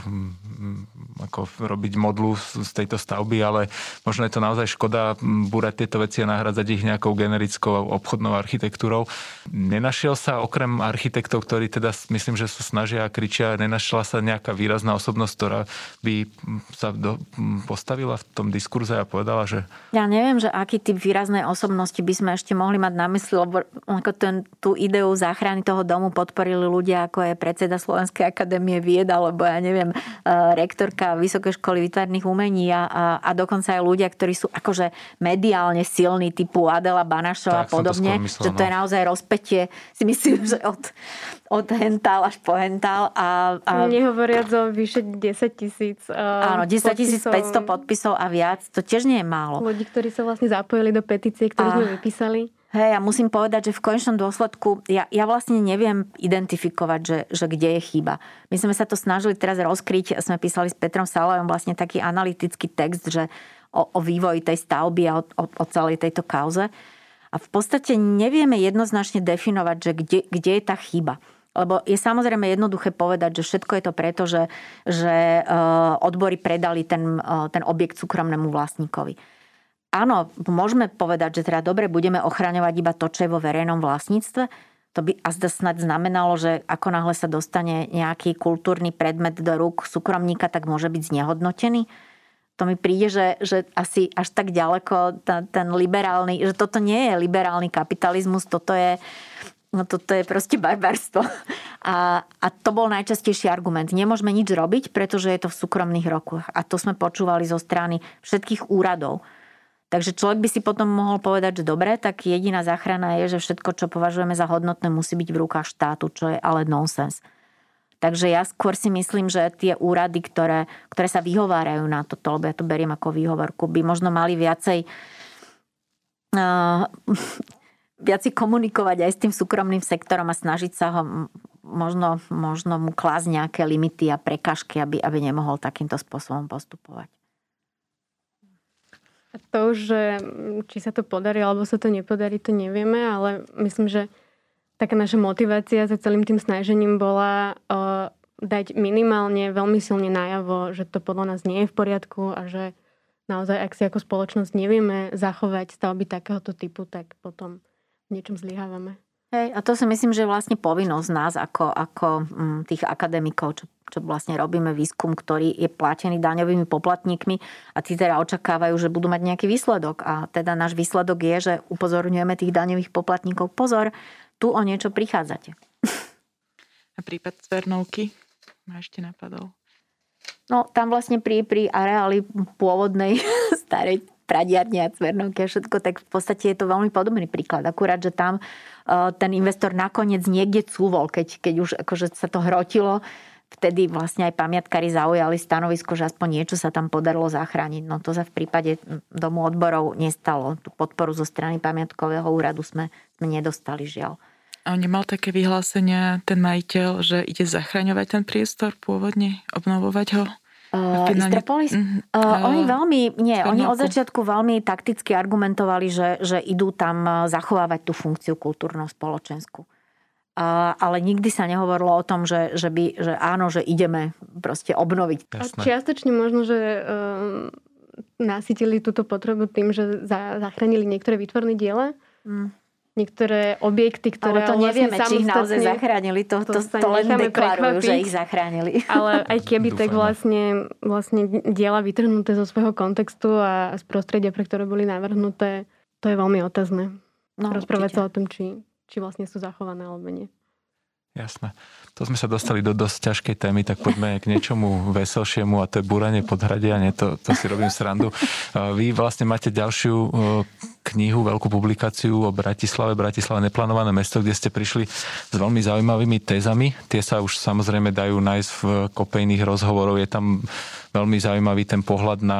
ako robiť modlu z tejto stavby, ale možno je to naozaj škoda búrať tieto veci a nahradzať ich nejakou generickou obchodnou architektúrou. Nenašiel sa okrem architektov, ktorí teda myslím, že sa snažia a kričia, nenašla sa nejaká výrazná osobnosť, ktorá by sa postavila v tom diskurze a povedala, že... Ja neviem, že aký typ výraznej osobnosti by sme ešte mohli mať na mysli, lebo ako tú ideu záchrany toho domu podporili ľudia, ako je predseda Slovenskej akadémie vied, alebo ja neviem, rektorka Vysokej školy výtvarných umení a dokonca aj ľudia, ktorí sú akože mediálne silní, typu Adela Banašová a podobne, myslel, že to je naozaj rozpätie, si myslím, že od hentál až po hentál. Nehovoriac o vyše 10 000 áno, 10 500 podpisov a viac, to tiež nie je málo. Ľudí, ktorí sa vlastne zapojili do petície, ktorú sme vypísali. Hej, ja musím povedať, že v konečnom dôsledku ja vlastne neviem identifikovať, že kde je chyba. My sme sa to snažili teraz rozkryť, sme písali s Petrom Salajom vlastne taký analytický text, že o vývoji tej stavby a o celej tejto kauze. A v podstate nevieme jednoznačne definovať, že kde je tá chyba. Lebo je samozrejme jednoduché povedať, že všetko je to preto, že odbory predali ten objekt súkromnému vlastníkovi. Áno, môžeme povedať, že teda dobre, budeme ochraňovať iba to, čo je vo verejnom vlastníctve. To by azda snad znamenalo, že ako náhle sa dostane nejaký kultúrny predmet do rúk súkromníka, tak môže byť znehodnotený. To mi príde, že asi až tak ďaleko ten liberálny, že toto nie je liberálny kapitalizmus, toto je proste barbarstvo. A to bol najčastejší argument. Nemôžeme nič robiť, pretože je to v súkromných rokoch. A to sme počúvali zo strany všetkých úradov. Takže človek by si potom mohol povedať, že dobre, tak jediná záchrana je, že všetko, čo považujeme za hodnotné, musí byť v rukách štátu, čo je ale nonsens. Takže ja skôr si myslím, že tie úrady, ktoré sa vyhovárajú na toto, lebo ja to beriem ako výhovorku, by možno mali viacej komunikovať aj s tým súkromným sektorom a snažiť sa ho možno mu klásť nejaké limity a prekažky, aby nemohol takýmto spôsobom postupovať. A to, že či sa to podarí, alebo sa to nepodarí, to nevieme, ale myslím, že taká naša motivácia za celým tým snažením bola dať minimálne veľmi silne najavo, že to podľa nás nie je v poriadku a že naozaj, ak si ako spoločnosť nevieme zachovať stavby takéhoto typu, tak potom v niečom zlyhávame. Hej, a to si myslím, že je vlastne povinnosť nás ako tých akademikov, čo vlastne robíme výskum, ktorý je platený daňovými poplatníkmi a tí teda očakávajú, že budú mať nejaký výsledok. A teda náš výsledok je, že upozorňujeme tých daňových poplatníkov, pozor, tu o niečo prichádzate. A prípad Cvernovky ma ešte napadol. No, tam vlastne pri areáli pôvodnej starej pradiarne a Cvernovky a všetko, tak v podstate je to veľmi podobný príklad. Akurát, že tam ten investor nakoniec niekde cúvol, keď už akože sa to hrotilo, vtedy vlastne aj pamiatkári zaujali stanovisko, že aspoň niečo sa tam podarilo zachrániť. No to sa v prípade Domu odborov nestalo. Tú podporu zo strany pamiatkového úradu sme nedostali, žiaľ. A nemal také vyhlásenia ten majiteľ, že ide zachraňovať ten priestor pôvodne, obnovovať ho? Istropolis? Oni od začiatku veľmi takticky argumentovali, že idú tam zachovávať tú funkciu kultúrno-spoločenskú. Ale nikdy sa nehovorilo o tom, že áno, že ideme proste obnoviť. Jasné. Čiastočne možno, že nasytili túto potrebu tým, že zachránili niektoré výtvorné diela. Niektoré objekty, ktoré... Ale to nevieme, či ich naozaj zachránili. To len deklarujú, že ich zachránili. Ale aj keby, tak vlastne diela vytrhnuté zo svojho kontextu a z prostredia, pre ktoré boli navrhnuté, to je veľmi otázne. Rozprávať sa o tom, či vlastne sú zachované alebo nie. Jasné. To sme sa dostali do dosť ťažkej témy, tak poďme k niečomu veselšiemu a to je búranie podhradia. To si robím srandu. Vy vlastne máte ďalšiu knihu, veľkú publikáciu o Bratislave neplánované mesto, kde ste prišli s veľmi zaujímavými tézami. Tie sa už samozrejme dajú nájsť v kopejných rozhovoroch. Je tam veľmi zaujímavý ten pohľad na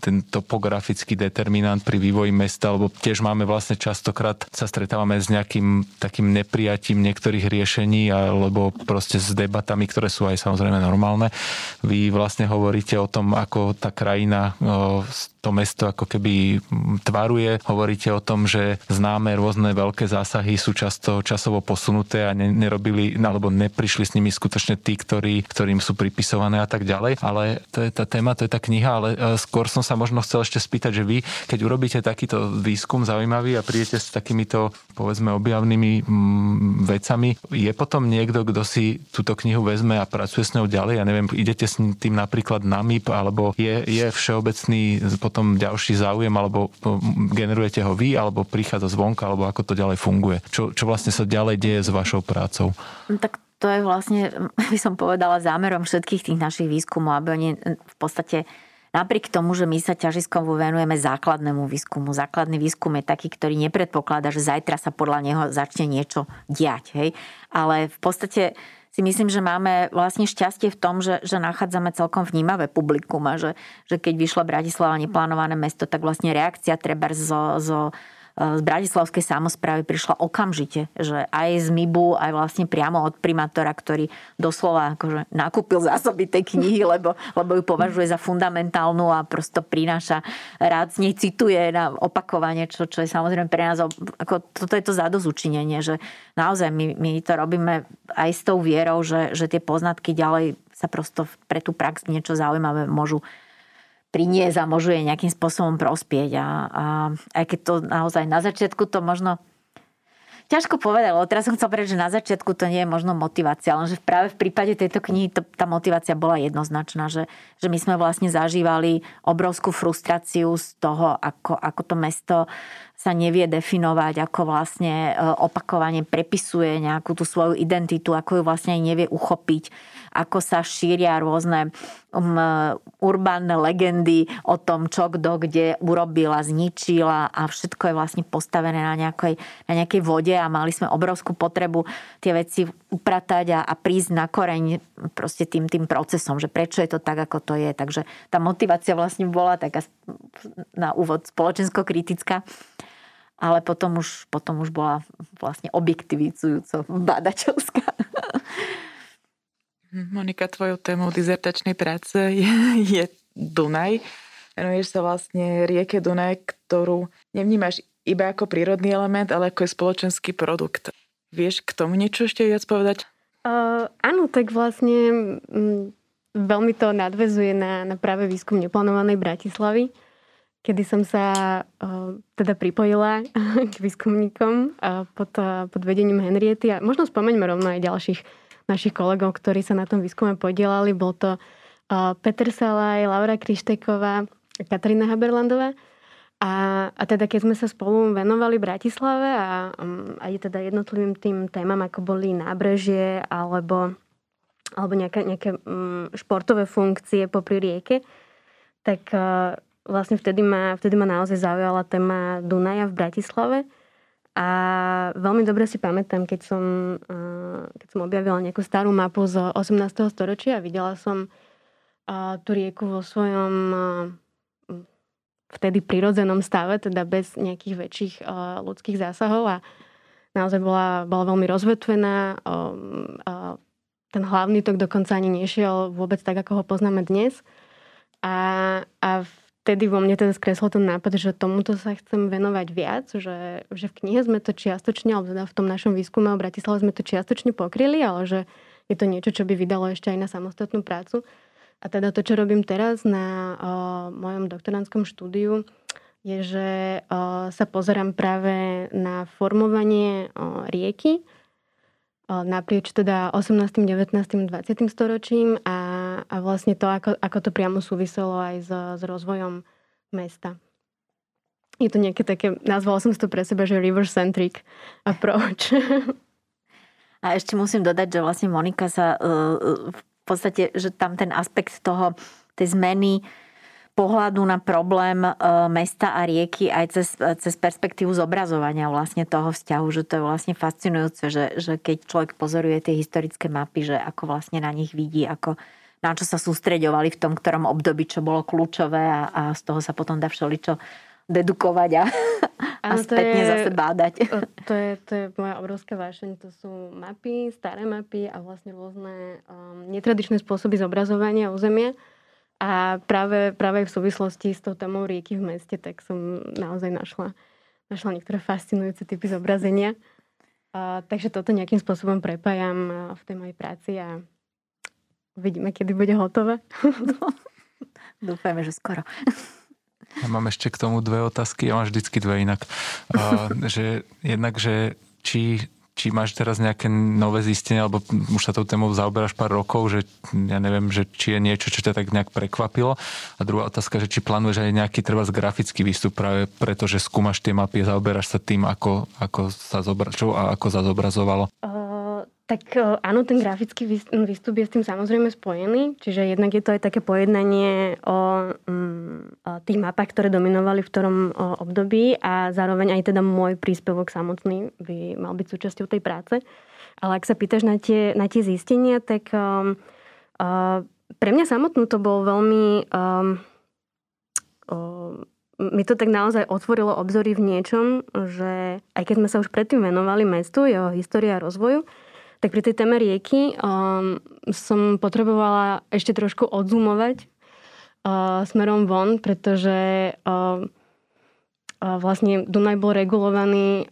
ten topografický determinant pri vývoji mesta, lebo tiež máme vlastne častokrát sa stretávame s nejakým takým neprijatím niektorých riešení alebo proste s debatami, ktoré sú aj samozrejme normálne. Vy vlastne hovoríte o tom, ako tá krajina to mesto ako keby tvaruje. Hovoríte o tom, že známe rôzne veľké zásahy sú často časovo posunuté a nerobili, alebo neprišli s nimi skutočne tí, ktorým sú pripisované a tak ďalej. Ale to je tá téma, to je tá kniha, ale skôr som sa možno chcel ešte spýtať, že vy, keď urobíte takýto výskum zaujímavý a prídete s takýmito, povedzme, objavnými vecami, je potom niekto, kto si túto knihu vezme a pracuje s ňou ďalej? Ja neviem, idete s tým napríklad na MIP, alebo je všeobecný potom ďalší záujem, alebo generujete ho vy, alebo prichádza zvonka, alebo ako to ďalej funguje? Čo vlastne sa ďalej deje s vašou prácou? Tak to je vlastne, by som povedala, zámerom všetkých tých našich výskumov, aby oni v podstate napriek tomu, že my sa ťažiskovo venujeme základnému výskumu. Základný výskum je taký, ktorý nepredpokladá, že zajtra sa podľa neho začne niečo diať. Hej? Ale v podstate si myslím, že máme vlastne šťastie v tom, že nachádzame celkom vnímavé publikum a že keď vyšla Bratislava neplánované mesto, tak vlastne reakcia trebárs z bratislavskej samosprávy prišla okamžite, že aj z MIBu, aj vlastne priamo od primátora, ktorý doslova akože nakúpil zásoby tej knihy, lebo ju považuje za fundamentálnu a prosto prináša, rád z nej cituje na opakovanie, čo je samozrejme pre nás, ako toto je to zadozučinenie, že naozaj my to robíme aj s tou vierou, že tie poznatky ďalej sa prosto pre tú prax niečo zaujímavé môžu priniesť a môžu jej nejakým spôsobom prospieť. A aj keď to naozaj na začiatku to možno ťažko povedať, lebo teraz som chcel povedať, že na začiatku to nie je možno motivácia, lenže práve v prípade tejto knihy tá motivácia bola jednoznačná, že my sme vlastne zažívali obrovskú frustráciu z toho, ako to mesto sa nevie definovať, ako vlastne opakovane prepisuje nejakú tú svoju identitu, ako ju vlastne aj nevie uchopiť, ako sa šíria rôzne urbánne legendy o tom, čo kto kde urobila, zničila a všetko je vlastne postavené na nejakej vode a mali sme obrovskú potrebu tie veci upratať a prísť na koreň proste tým procesom, že prečo je to tak, ako to je. Takže tá motivácia vlastne bola taká na úvod spoločensko-kritická, ale potom už bola vlastne objektivizujúco badateľská. Monika, tvojou témou dizertačnej práce je Dunaj. Venuješ sa vlastne rieke Dunaj, ktorú nevnímaš iba ako prírodný element, ale ako je spoločenský produkt. Vieš k tomu niečo ešte viac povedať? Áno, tak vlastne veľmi to nadväzuje na práve výskum neplánovanej Bratislavy, kedy som sa teda pripojila k výskumníkom pod vedením Henriety a možno spomeňme rovno aj ďalších našich kolegov, ktorí sa na tom výskume podielali. Bol to Peter Salaj, Laura Krišteková, Katarína Haberlandová. A teda keď sme sa spolu venovali Bratislave a aj teda jednotlivým tým témam, ako boli nábrežie alebo nejaké športové funkcie popri rieke, tak vlastne vtedy ma naozaj zaujala téma Dunaja v Bratislave. A veľmi dobre si pamätám, keď som objavila nejakú starú mapu z 18. storočia a videla som tú rieku vo svojom vtedy prirodzenom stave, teda bez nejakých väčších ľudských zásahov a naozaj bola veľmi rozvetvená. Ten hlavný tok dokonca ani nešiel vôbec tak, ako ho poznáme dnes. A vtedy vo mne teda skreslo ten nápad, že tomuto sa chcem venovať viac, že v knihe sme to čiastočne, alebo teda v tom našom výskume o Bratislave sme to čiastočne pokryli, ale že je to niečo, čo by vydalo ešte aj na samostatnú prácu. A teda to, čo robím teraz na mojom doktorandskom štúdiu, je, že sa pozerám práve na formovanie rieky naprieč teda 18., 19., 20. storočím a vlastne to, ako to priamo súviselo aj s rozvojom mesta. Je to nejaké také, nazvala som si to pre seba, že river-centric approach. A ešte musím dodať, že vlastne Monika sa v podstate, že tam ten aspekt tej zmeny pohľadu na problém mesta a rieky aj cez perspektívu zobrazovania vlastne toho vzťahu, že to je vlastne fascinujúce, že keď človek pozoruje tie historické mapy, že ako vlastne na nich vidí, ako na čo sa sústreďovali v tom ktorom období, čo bolo kľúčové a z toho sa potom dá všeličo dedukovať a spätne zase bádať. To je moja obrovská vášeň. To sú mapy, staré mapy a vlastne rôzne netradičné spôsoby zobrazovania územia. A práve v súvislosti s tou témou rieky v meste, tak som naozaj našla niektoré fascinujúce typy zobrazenia. Takže toto nejakým spôsobom prepájam v tej mojej práci a uvidíme, kedy bude hotové. Dúfajme, že skoro. Ja mám ešte k tomu dve otázky, ja mám vždycky dve inak. Že či máš teraz nejaké nové zistenie, alebo už sa tou témou zaoberáš pár rokov, že ja neviem, že či je niečo, čo ťa tak nejak prekvapilo. A druhá otázka, že či plánuješ aj nejaký trebárs grafický výstup práve preto, že skúmaš tie mapy a zaoberáš sa tým, ako sa zobrazovalo. Tak áno, ten grafický výstup je s tým samozrejme spojený, čiže jednak je to aj také pojednanie o tých mapách, ktoré dominovali v ktorom období a zároveň aj teda môj príspevok samotný by mal byť súčasťou tej práce. Ale ak sa pýtaš na tie zistenia, tak pre mňa samotnú to bolo veľmi... mi to tak naozaj otvorilo obzory v niečom, že aj keď sme sa už predtým venovali mestu, jeho histórii a rozvoju, tak pri tej téme rieky som potrebovala ešte trošku odzoomovať smerom von, pretože vlastne Dunaj bol regulovaný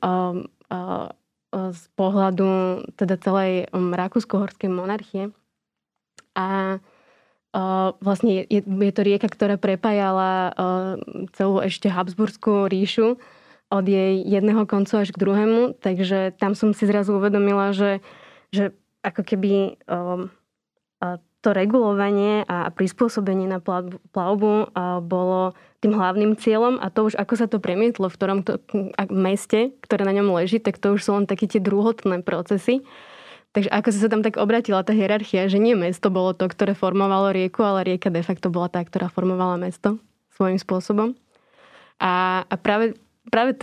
z pohľadu teda celej rakúsko-horskej monarchie a vlastne je to rieka, ktorá prepájala celú ešte Habsburskú ríšu od jej jedného koncu až k druhému, takže tam som si zrazu uvedomila, že ako keby to regulovanie a prispôsobenie na plavbu bolo tým hlavným cieľom a to už ako sa to premietlo v ktorom meste, ktoré na ňom leží, tak to už sú len také tie druhotné procesy. Takže ako sa tam tak obratila tá hierarchia, že nie mesto bolo to, ktoré formovalo rieku, ale rieka de facto bola tá, ktorá formovala mesto svojím spôsobom. A práve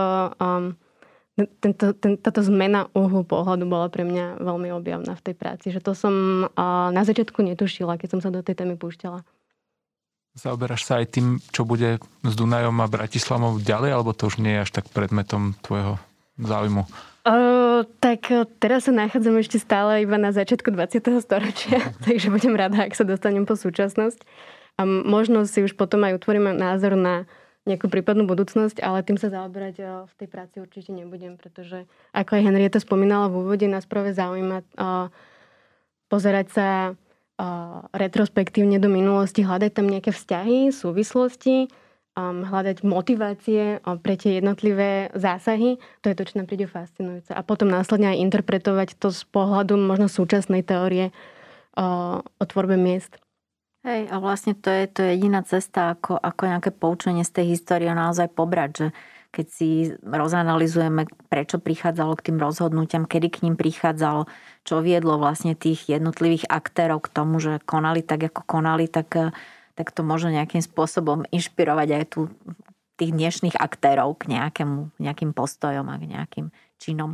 táto zmena uhlu pohľadu bola pre mňa veľmi objavná v tej práci. Že to som na začiatku netušila, keď som sa do tej témy púšťala. Zaoberáš sa aj tým, čo bude s Dunajom a Bratislavou ďalej, alebo to už nie je až tak predmetom tvojho záujmu? Tak teraz sa nachádzam ešte stále iba na začiatku 20. storočia, takže budem rada, ak sa dostanem po súčasnosť. A možno si už potom aj utvorím názor na nejakú prípadnú budúcnosť, ale tým sa zaoberať v tej práci určite nebudem, pretože ako aj Henrieta spomínala v úvode, nás práve zaujíma pozerať sa retrospektívne do minulosti, hľadať tam nejaké vzťahy, súvislosti, hľadať motivácie pre tie jednotlivé zásahy. To je to, čo nám príde fascinujúce. A potom následne aj interpretovať to z pohľadu možno súčasnej teórie o tvorbe miest. Hej, a vlastne to je jediná cesta, ako nejaké poučenie z tej histórie naozaj pobrať, že keď si rozanalizujeme, prečo prichádzalo k tým rozhodnutiam, kedy k ním prichádzalo, čo viedlo vlastne tých jednotlivých aktérov k tomu, že konali tak, ako konali, tak to môže nejakým spôsobom inšpirovať aj tých dnešných aktérov k nejakým postojom a k nejakým činom.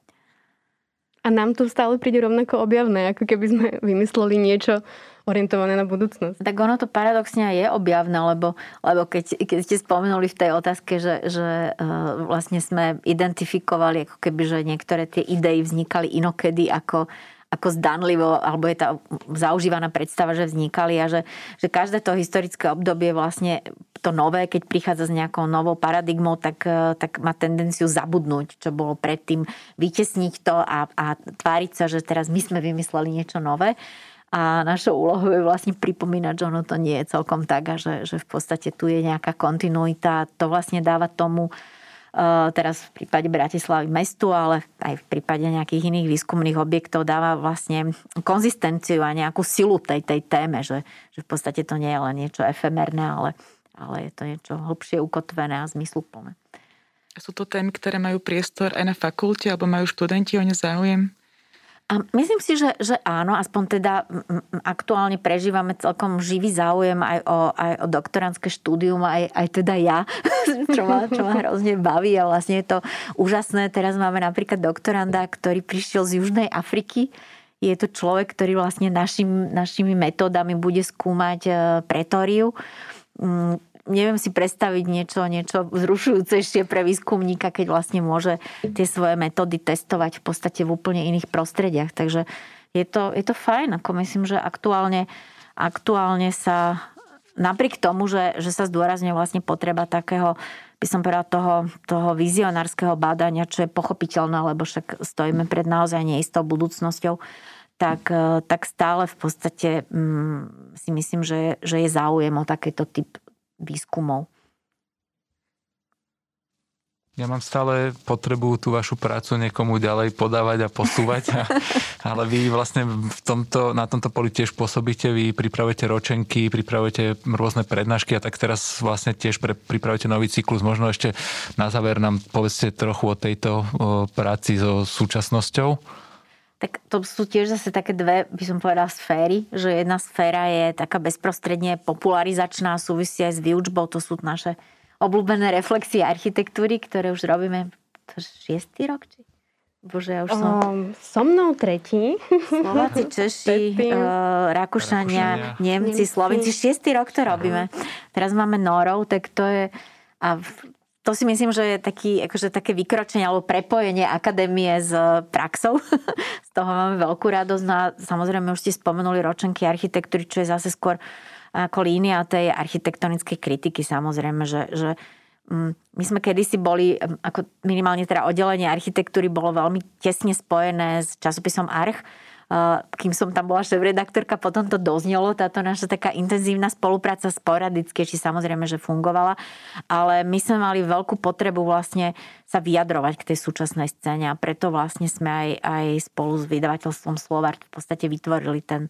A nám to stále príde rovnako objavné, ako keby sme vymysleli niečo orientované na budúcnosť. Tak ono to paradoxne je objavné, lebo keď ste spomenuli v tej otázke, že vlastne sme identifikovali, ako keby, že niektoré tie idei vznikali inokedy ako zdanlivo, alebo je tá zaužívaná predstava, že vznikali a že každé to historické obdobie vlastne to nové, keď prichádza s nejakou novou paradigmou, tak má tendenciu zabudnúť, čo bolo predtým, vytesniť to a tváriť sa, že teraz my sme vymysleli niečo nové. A našou úlohou je vlastne pripomínať, že ono to nie je celkom tak a že v podstate tu je nejaká kontinuita. To vlastne dáva tomu teraz v prípade Bratislavy mestu, ale aj v prípade nejakých iných výskumných objektov dáva vlastne konzistenciu a nejakú silu tej téme, že v podstate to nie je len niečo efemérne, ale je to niečo hlbšie ukotvené a zmysluplné. Sú to témy, ktoré majú priestor aj na fakulte, alebo majú študenti o ne záujem? A myslím si, že áno, aspoň teda aktuálne prežívame celkom živý záujem aj o doktorandské štúdium, aj teda ja, čo ma hrozne baví a vlastne je to úžasné. Teraz máme napríklad doktoranda, ktorý prišiel z Južnej Afriky. je to človek, ktorý vlastne našimi metódami bude skúmať pretóriu. Neviem si predstaviť niečo vzrušujúcejšie pre výskumníka, keď vlastne môže tie svoje metódy testovať v podstate v úplne iných prostrediach. Takže je to fajn. Ako myslím, že aktuálne sa napriek tomu, že sa zdôrazňuje vlastne potreba takého, by som povedala, toho vizionárskeho bádania, čo je pochopiteľné, lebo však stojíme pred naozaj neistou budúcnosťou, tak stále v podstate si myslím, že je záujem o takéto typ výskumov. Ja mám stále potrebu tú vašu prácu niekomu ďalej podávať a posúvať, ale vy vlastne na tomto poli tiež pôsobíte, vy pripravujete ročenky, pripravujete rôzne prednášky a tak teraz vlastne tiež pripravujete nový cyklus. Možno ešte na záver nám povedzte trochu o tejto práci so súčasnosťou. Tak to sú tiež zase také dve, by som povedala, sféry, že jedna sféra je taká bezprostredne popularizačná, súvisí aj s výučbou, to sú naše obľúbené reflexie architektúry, ktoré už robíme 6. rok, či? Bože, ja už som... So mnou 3. Slováci, Češi, Rakúšania, Nemci, Slovenci. 6. rok to robíme. Teraz máme Norov, tak to je... A to si myslím, že je také vykročenie alebo prepojenie akadémie s praxou. Z toho máme veľkú radosť. No a samozrejme už ste spomenuli ročenky architektúry, čo je zase skôr ako línia tej architektonickej kritiky. Samozrejme, že my sme kedysi boli, ako minimálne teda oddelenie architektúry bolo veľmi tesne spojené s časopisom Arch. Kým som tam bola šéfredaktorka, potom to doznelo, táto naša taká intenzívna spolupráca sporadicky, či samozrejme, že fungovala. Ale my sme mali veľkú potrebu vlastne sa vyjadrovať k tej súčasnej scéne a preto vlastne sme aj spolu s vydavateľstvom Slovart v podstate vytvorili ten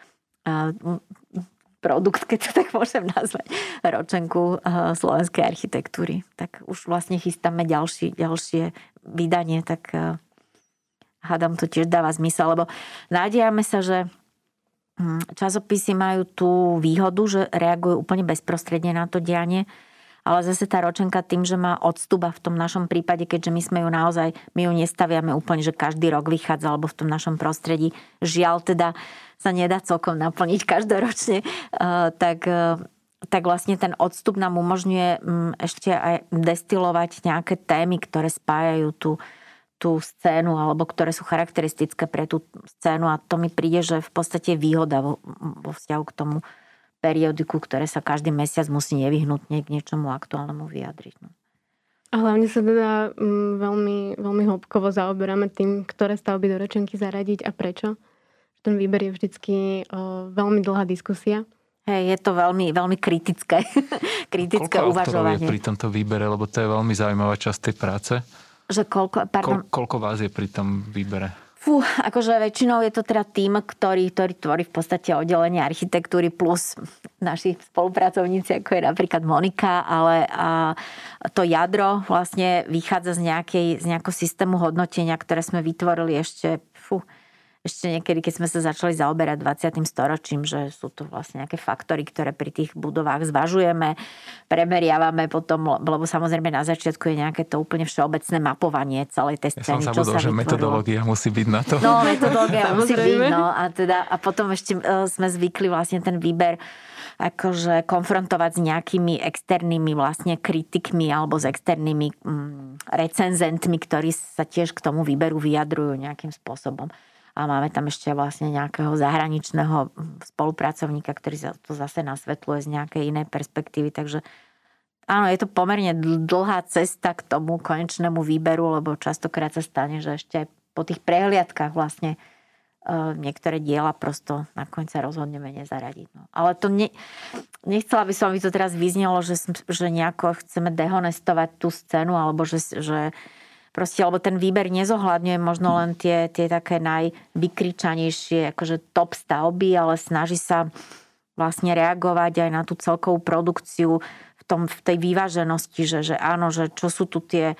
produkt, keď to tak môžem nazvať, ročenku slovenskej architektúry. Tak už vlastne chystáme ďalšie vydanie, tak hádam to tiež dáva zmysel, lebo nádejame sa, že časopisy majú tú výhodu, že reagujú úplne bezprostredne na to dianie, ale zase tá ročenka tým, že má odstup v tom našom prípade, keďže my ju nestaviame úplne, že každý rok vychádza, alebo v tom našom prostredí, žiaľ teda sa nedá celkom naplniť každoročne, tak vlastne ten odstup nám umožňuje ešte aj destilovať nejaké témy, ktoré spájajú tú scénu, alebo ktoré sú charakteristické pre tú scénu a to mi príde, že v podstate výhoda vo vzťahu k tomu periodiku, ktoré sa každý mesiac musí nevyhnutne k niečomu aktuálnemu vyjadriť. No. A hlavne sa teda veľmi, veľmi hĺbkovo zaoberáme tým, ktoré stavby do ročenky zaradiť a prečo. Ten výber je vždycky veľmi dlhá diskusia. Hej, je to veľmi, veľmi kritické uvažovanie. Koľko autorov je pri tomto výbere, lebo to je veľmi zaujímavá časť tej práce? Že koľko vás je pri tom výbere? Akože väčšinou je to teda tým, ktorý tvorí v podstate oddelenie architektúry plus naši spolupracovníci, ako je napríklad Monika, ale to jadro vlastne vychádza z nejakého systému hodnotenia, ktoré sme vytvorili ešte niekedy, keď sme sa začali zaoberať 20. storočím, že sú to vlastne nejaké faktory, ktoré pri tých budovách zvažujeme, premeriavame potom, lebo samozrejme na začiatku je nejaké to úplne všeobecné mapovanie celej tej scény. Ja som zabudol, že metodológia musí byť na to. No, metodológia musí byť, no. A potom ešte sme zvykli vlastne ten výber akože konfrontovať s nejakými externými vlastne kritikmi alebo s externými recenzentmi, ktorí sa tiež k tomu výberu vyjadrujú nejakým spôsobom. A máme tam ešte vlastne nejakého zahraničného spolupracovníka, ktorý to zase nasvetľuje z nejakej inej perspektívy. Takže áno, je to pomerne dlhá cesta k tomu konečnému výberu, lebo častokrát sa stane, že ešte aj po tých prehliadkách vlastne niektoré diela prosto nakoniec sa rozhodneme nezaradiť. No. Ale to nechcela by som, aby to teraz vyznelo, že nejako chceme dehonestovať tú scénu, alebo že proste, lebo ten výber nezohľadňuje možno len tie také najvykričanejšie akože top stavby, ale snaží sa vlastne reagovať aj na tú celkovú produkciu v tej vyváženosti, že áno, že čo sú tu tie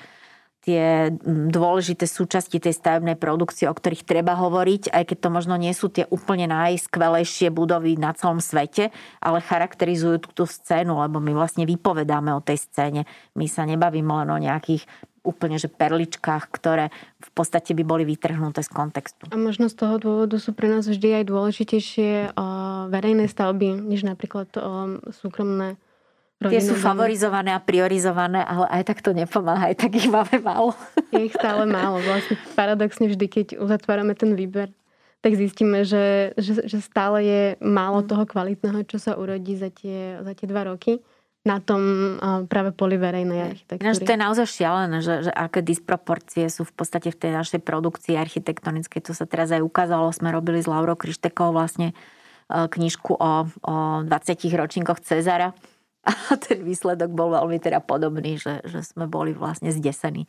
dôležité súčasti tej stavebnej produkcie, o ktorých treba hovoriť, aj keď to možno nie sú tie úplne najskvelejšie budovy na celom svete, ale charakterizujú tú scénu, lebo my vlastne vypovedáme o tej scéne. My sa nebavíme len o nejakých úplne že perličkách, ktoré v podstate by boli vytrhnuté z kontextu. A možno z toho dôvodu sú pre nás vždy aj dôležitejšie verejné stavby, než napríklad súkromné rodinné. Tie sú favorizované a priorizované, ale aj tak to nepomáha, aj tak ich máme málo. Je ich stále málo. Vlastne paradoxne vždy, keď uzatvárame ten výber, tak zistíme, že stále je málo toho kvalitného, čo sa urodí za tie 2 roky na tom práve poli verejnej architektúry. Ináč to je naozaj šialené, že aké disproporcie sú v podstate v tej našej produkcii architektonickej. To sa teraz aj ukázalo. Sme robili s Laurou Krištekovou vlastne knižku o 20 ročníkoch Cezara. A ten výsledok bol veľmi teda podobný, že sme boli vlastne zdesené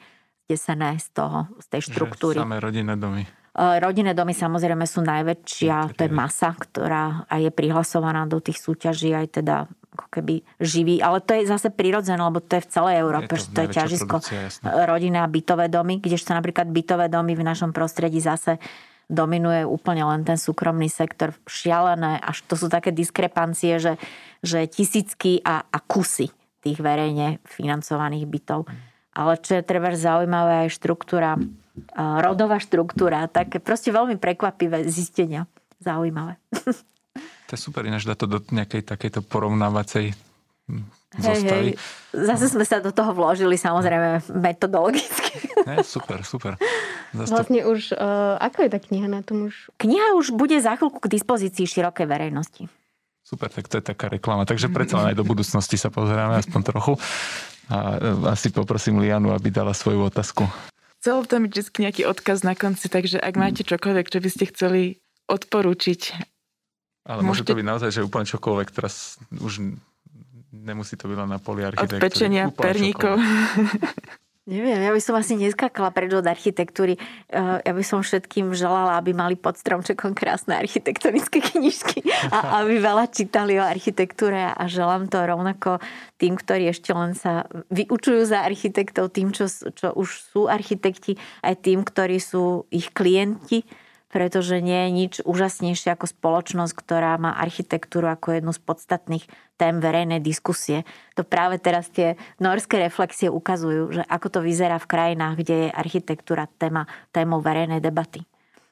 z tej štruktúry. Samé rodinné domy. Rodinné domy samozrejme sú najväčšia, to je masa, ktorá aj je prihlasovaná do tých súťaží, aj teda ako keby živý, ale to je zase prirodzené, lebo to je v celej Európe, že to je ťažisko rodinné a bytové domy, kdežto napríklad bytové domy v našom prostredí zase dominuje úplne len ten súkromný sektor. Šialené, až to sú také diskrepancie, že tisícky a kusy tých verejne financovaných bytov. Ale čo je treba zaujímavé, aj štruktúra, rodová štruktúra, také proste veľmi prekvapivé zistenia. Zaujímavé. To je super, ináč dá to do nejakej takejto porovnávacej zostavy. Zase sme sa do toho vložili, samozrejme, metodologicky. Super. Vlastne už, ako je tá kniha na tom už? Kniha už bude za chvíľku k dispozícii širokej verejnosti. Super, tak to je taká reklama. Takže predsa len aj do budúcnosti sa pozeráme aspoň trochu. A asi poprosím Lianu, aby dala svoju otázku. Chcel tam byť vždy nejaký odkaz na konci, takže ak máte čokoľvek, čo by ste chceli odporúčiť. Ale môže to byť naozaj, že úplne čokoľvek, teraz už nemusí to byť len na poli architektúry. Od pečenia perníkov. Neviem, ja by som asi neskákala preč od architektúry. Ja by som všetkým želala, aby mali pod stromčekom krásne architektonické knižky a aby veľa čítali o architektúre a želám to rovnako tým, ktorí ešte len sa vyučujú za architektov, tým, čo už sú architekti, aj tým, ktorí sú ich klienti, pretože nie je nič úžasnejšie ako spoločnosť, ktorá má architektúru ako jednu z podstatných tém verejnej diskusie. To práve teraz tie norské reflexie ukazujú, že ako to vyzerá v krajinách, kde je architektúra témou verejnej debaty.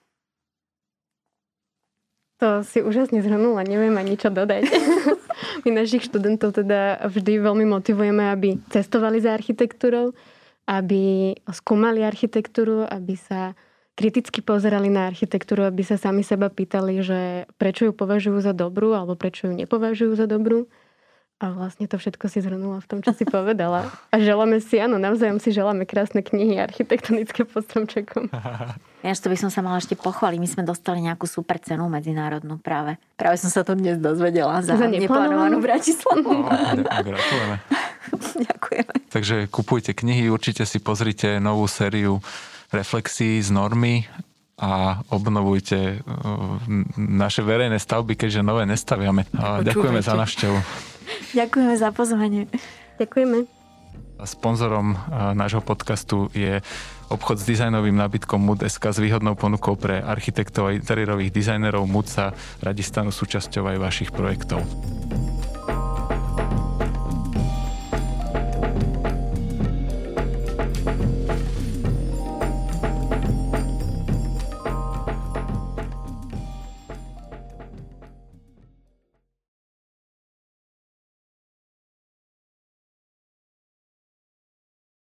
To si úžasne zhrnula, neviem ani čo dodať. My našich študentov teda vždy veľmi motivujeme, aby cestovali za architektúrou, aby skúmali architektúru, aby sa kriticky pozerali na architektúru, aby sa sami seba pýtali, že prečo ju považujú za dobrú alebo prečo ju nepovažujú za dobrú. A vlastne to všetko si zhrnula v tom, čo si povedala. A želáme si, áno, navzájom si želáme krásne knihy architektonické pod stromčekom. Ja to by som sa mala ešte pochváliť. My sme dostali nejakú super cenu medzinárodnú práve. Práve som sa to dnes dozvedela za neplánovanú Bratislavu. Gratulujeme. Ďakujeme. Takže kupujte knihy, určite si pozrite novú sériu reflexí z normy a obnovujte naše verejné stavby, keďže nové nestaviame. Ďakujeme za návštevu. Ďakujeme za pozvanie. Ďakujeme. Sponzorom nášho podcastu je obchod s dizajnovým nábytkom Mood.sk s výhodnou ponukou pre architektov a interiérových dizajnerov. Mood sa radi stanú súčasťou aj vašich projektov.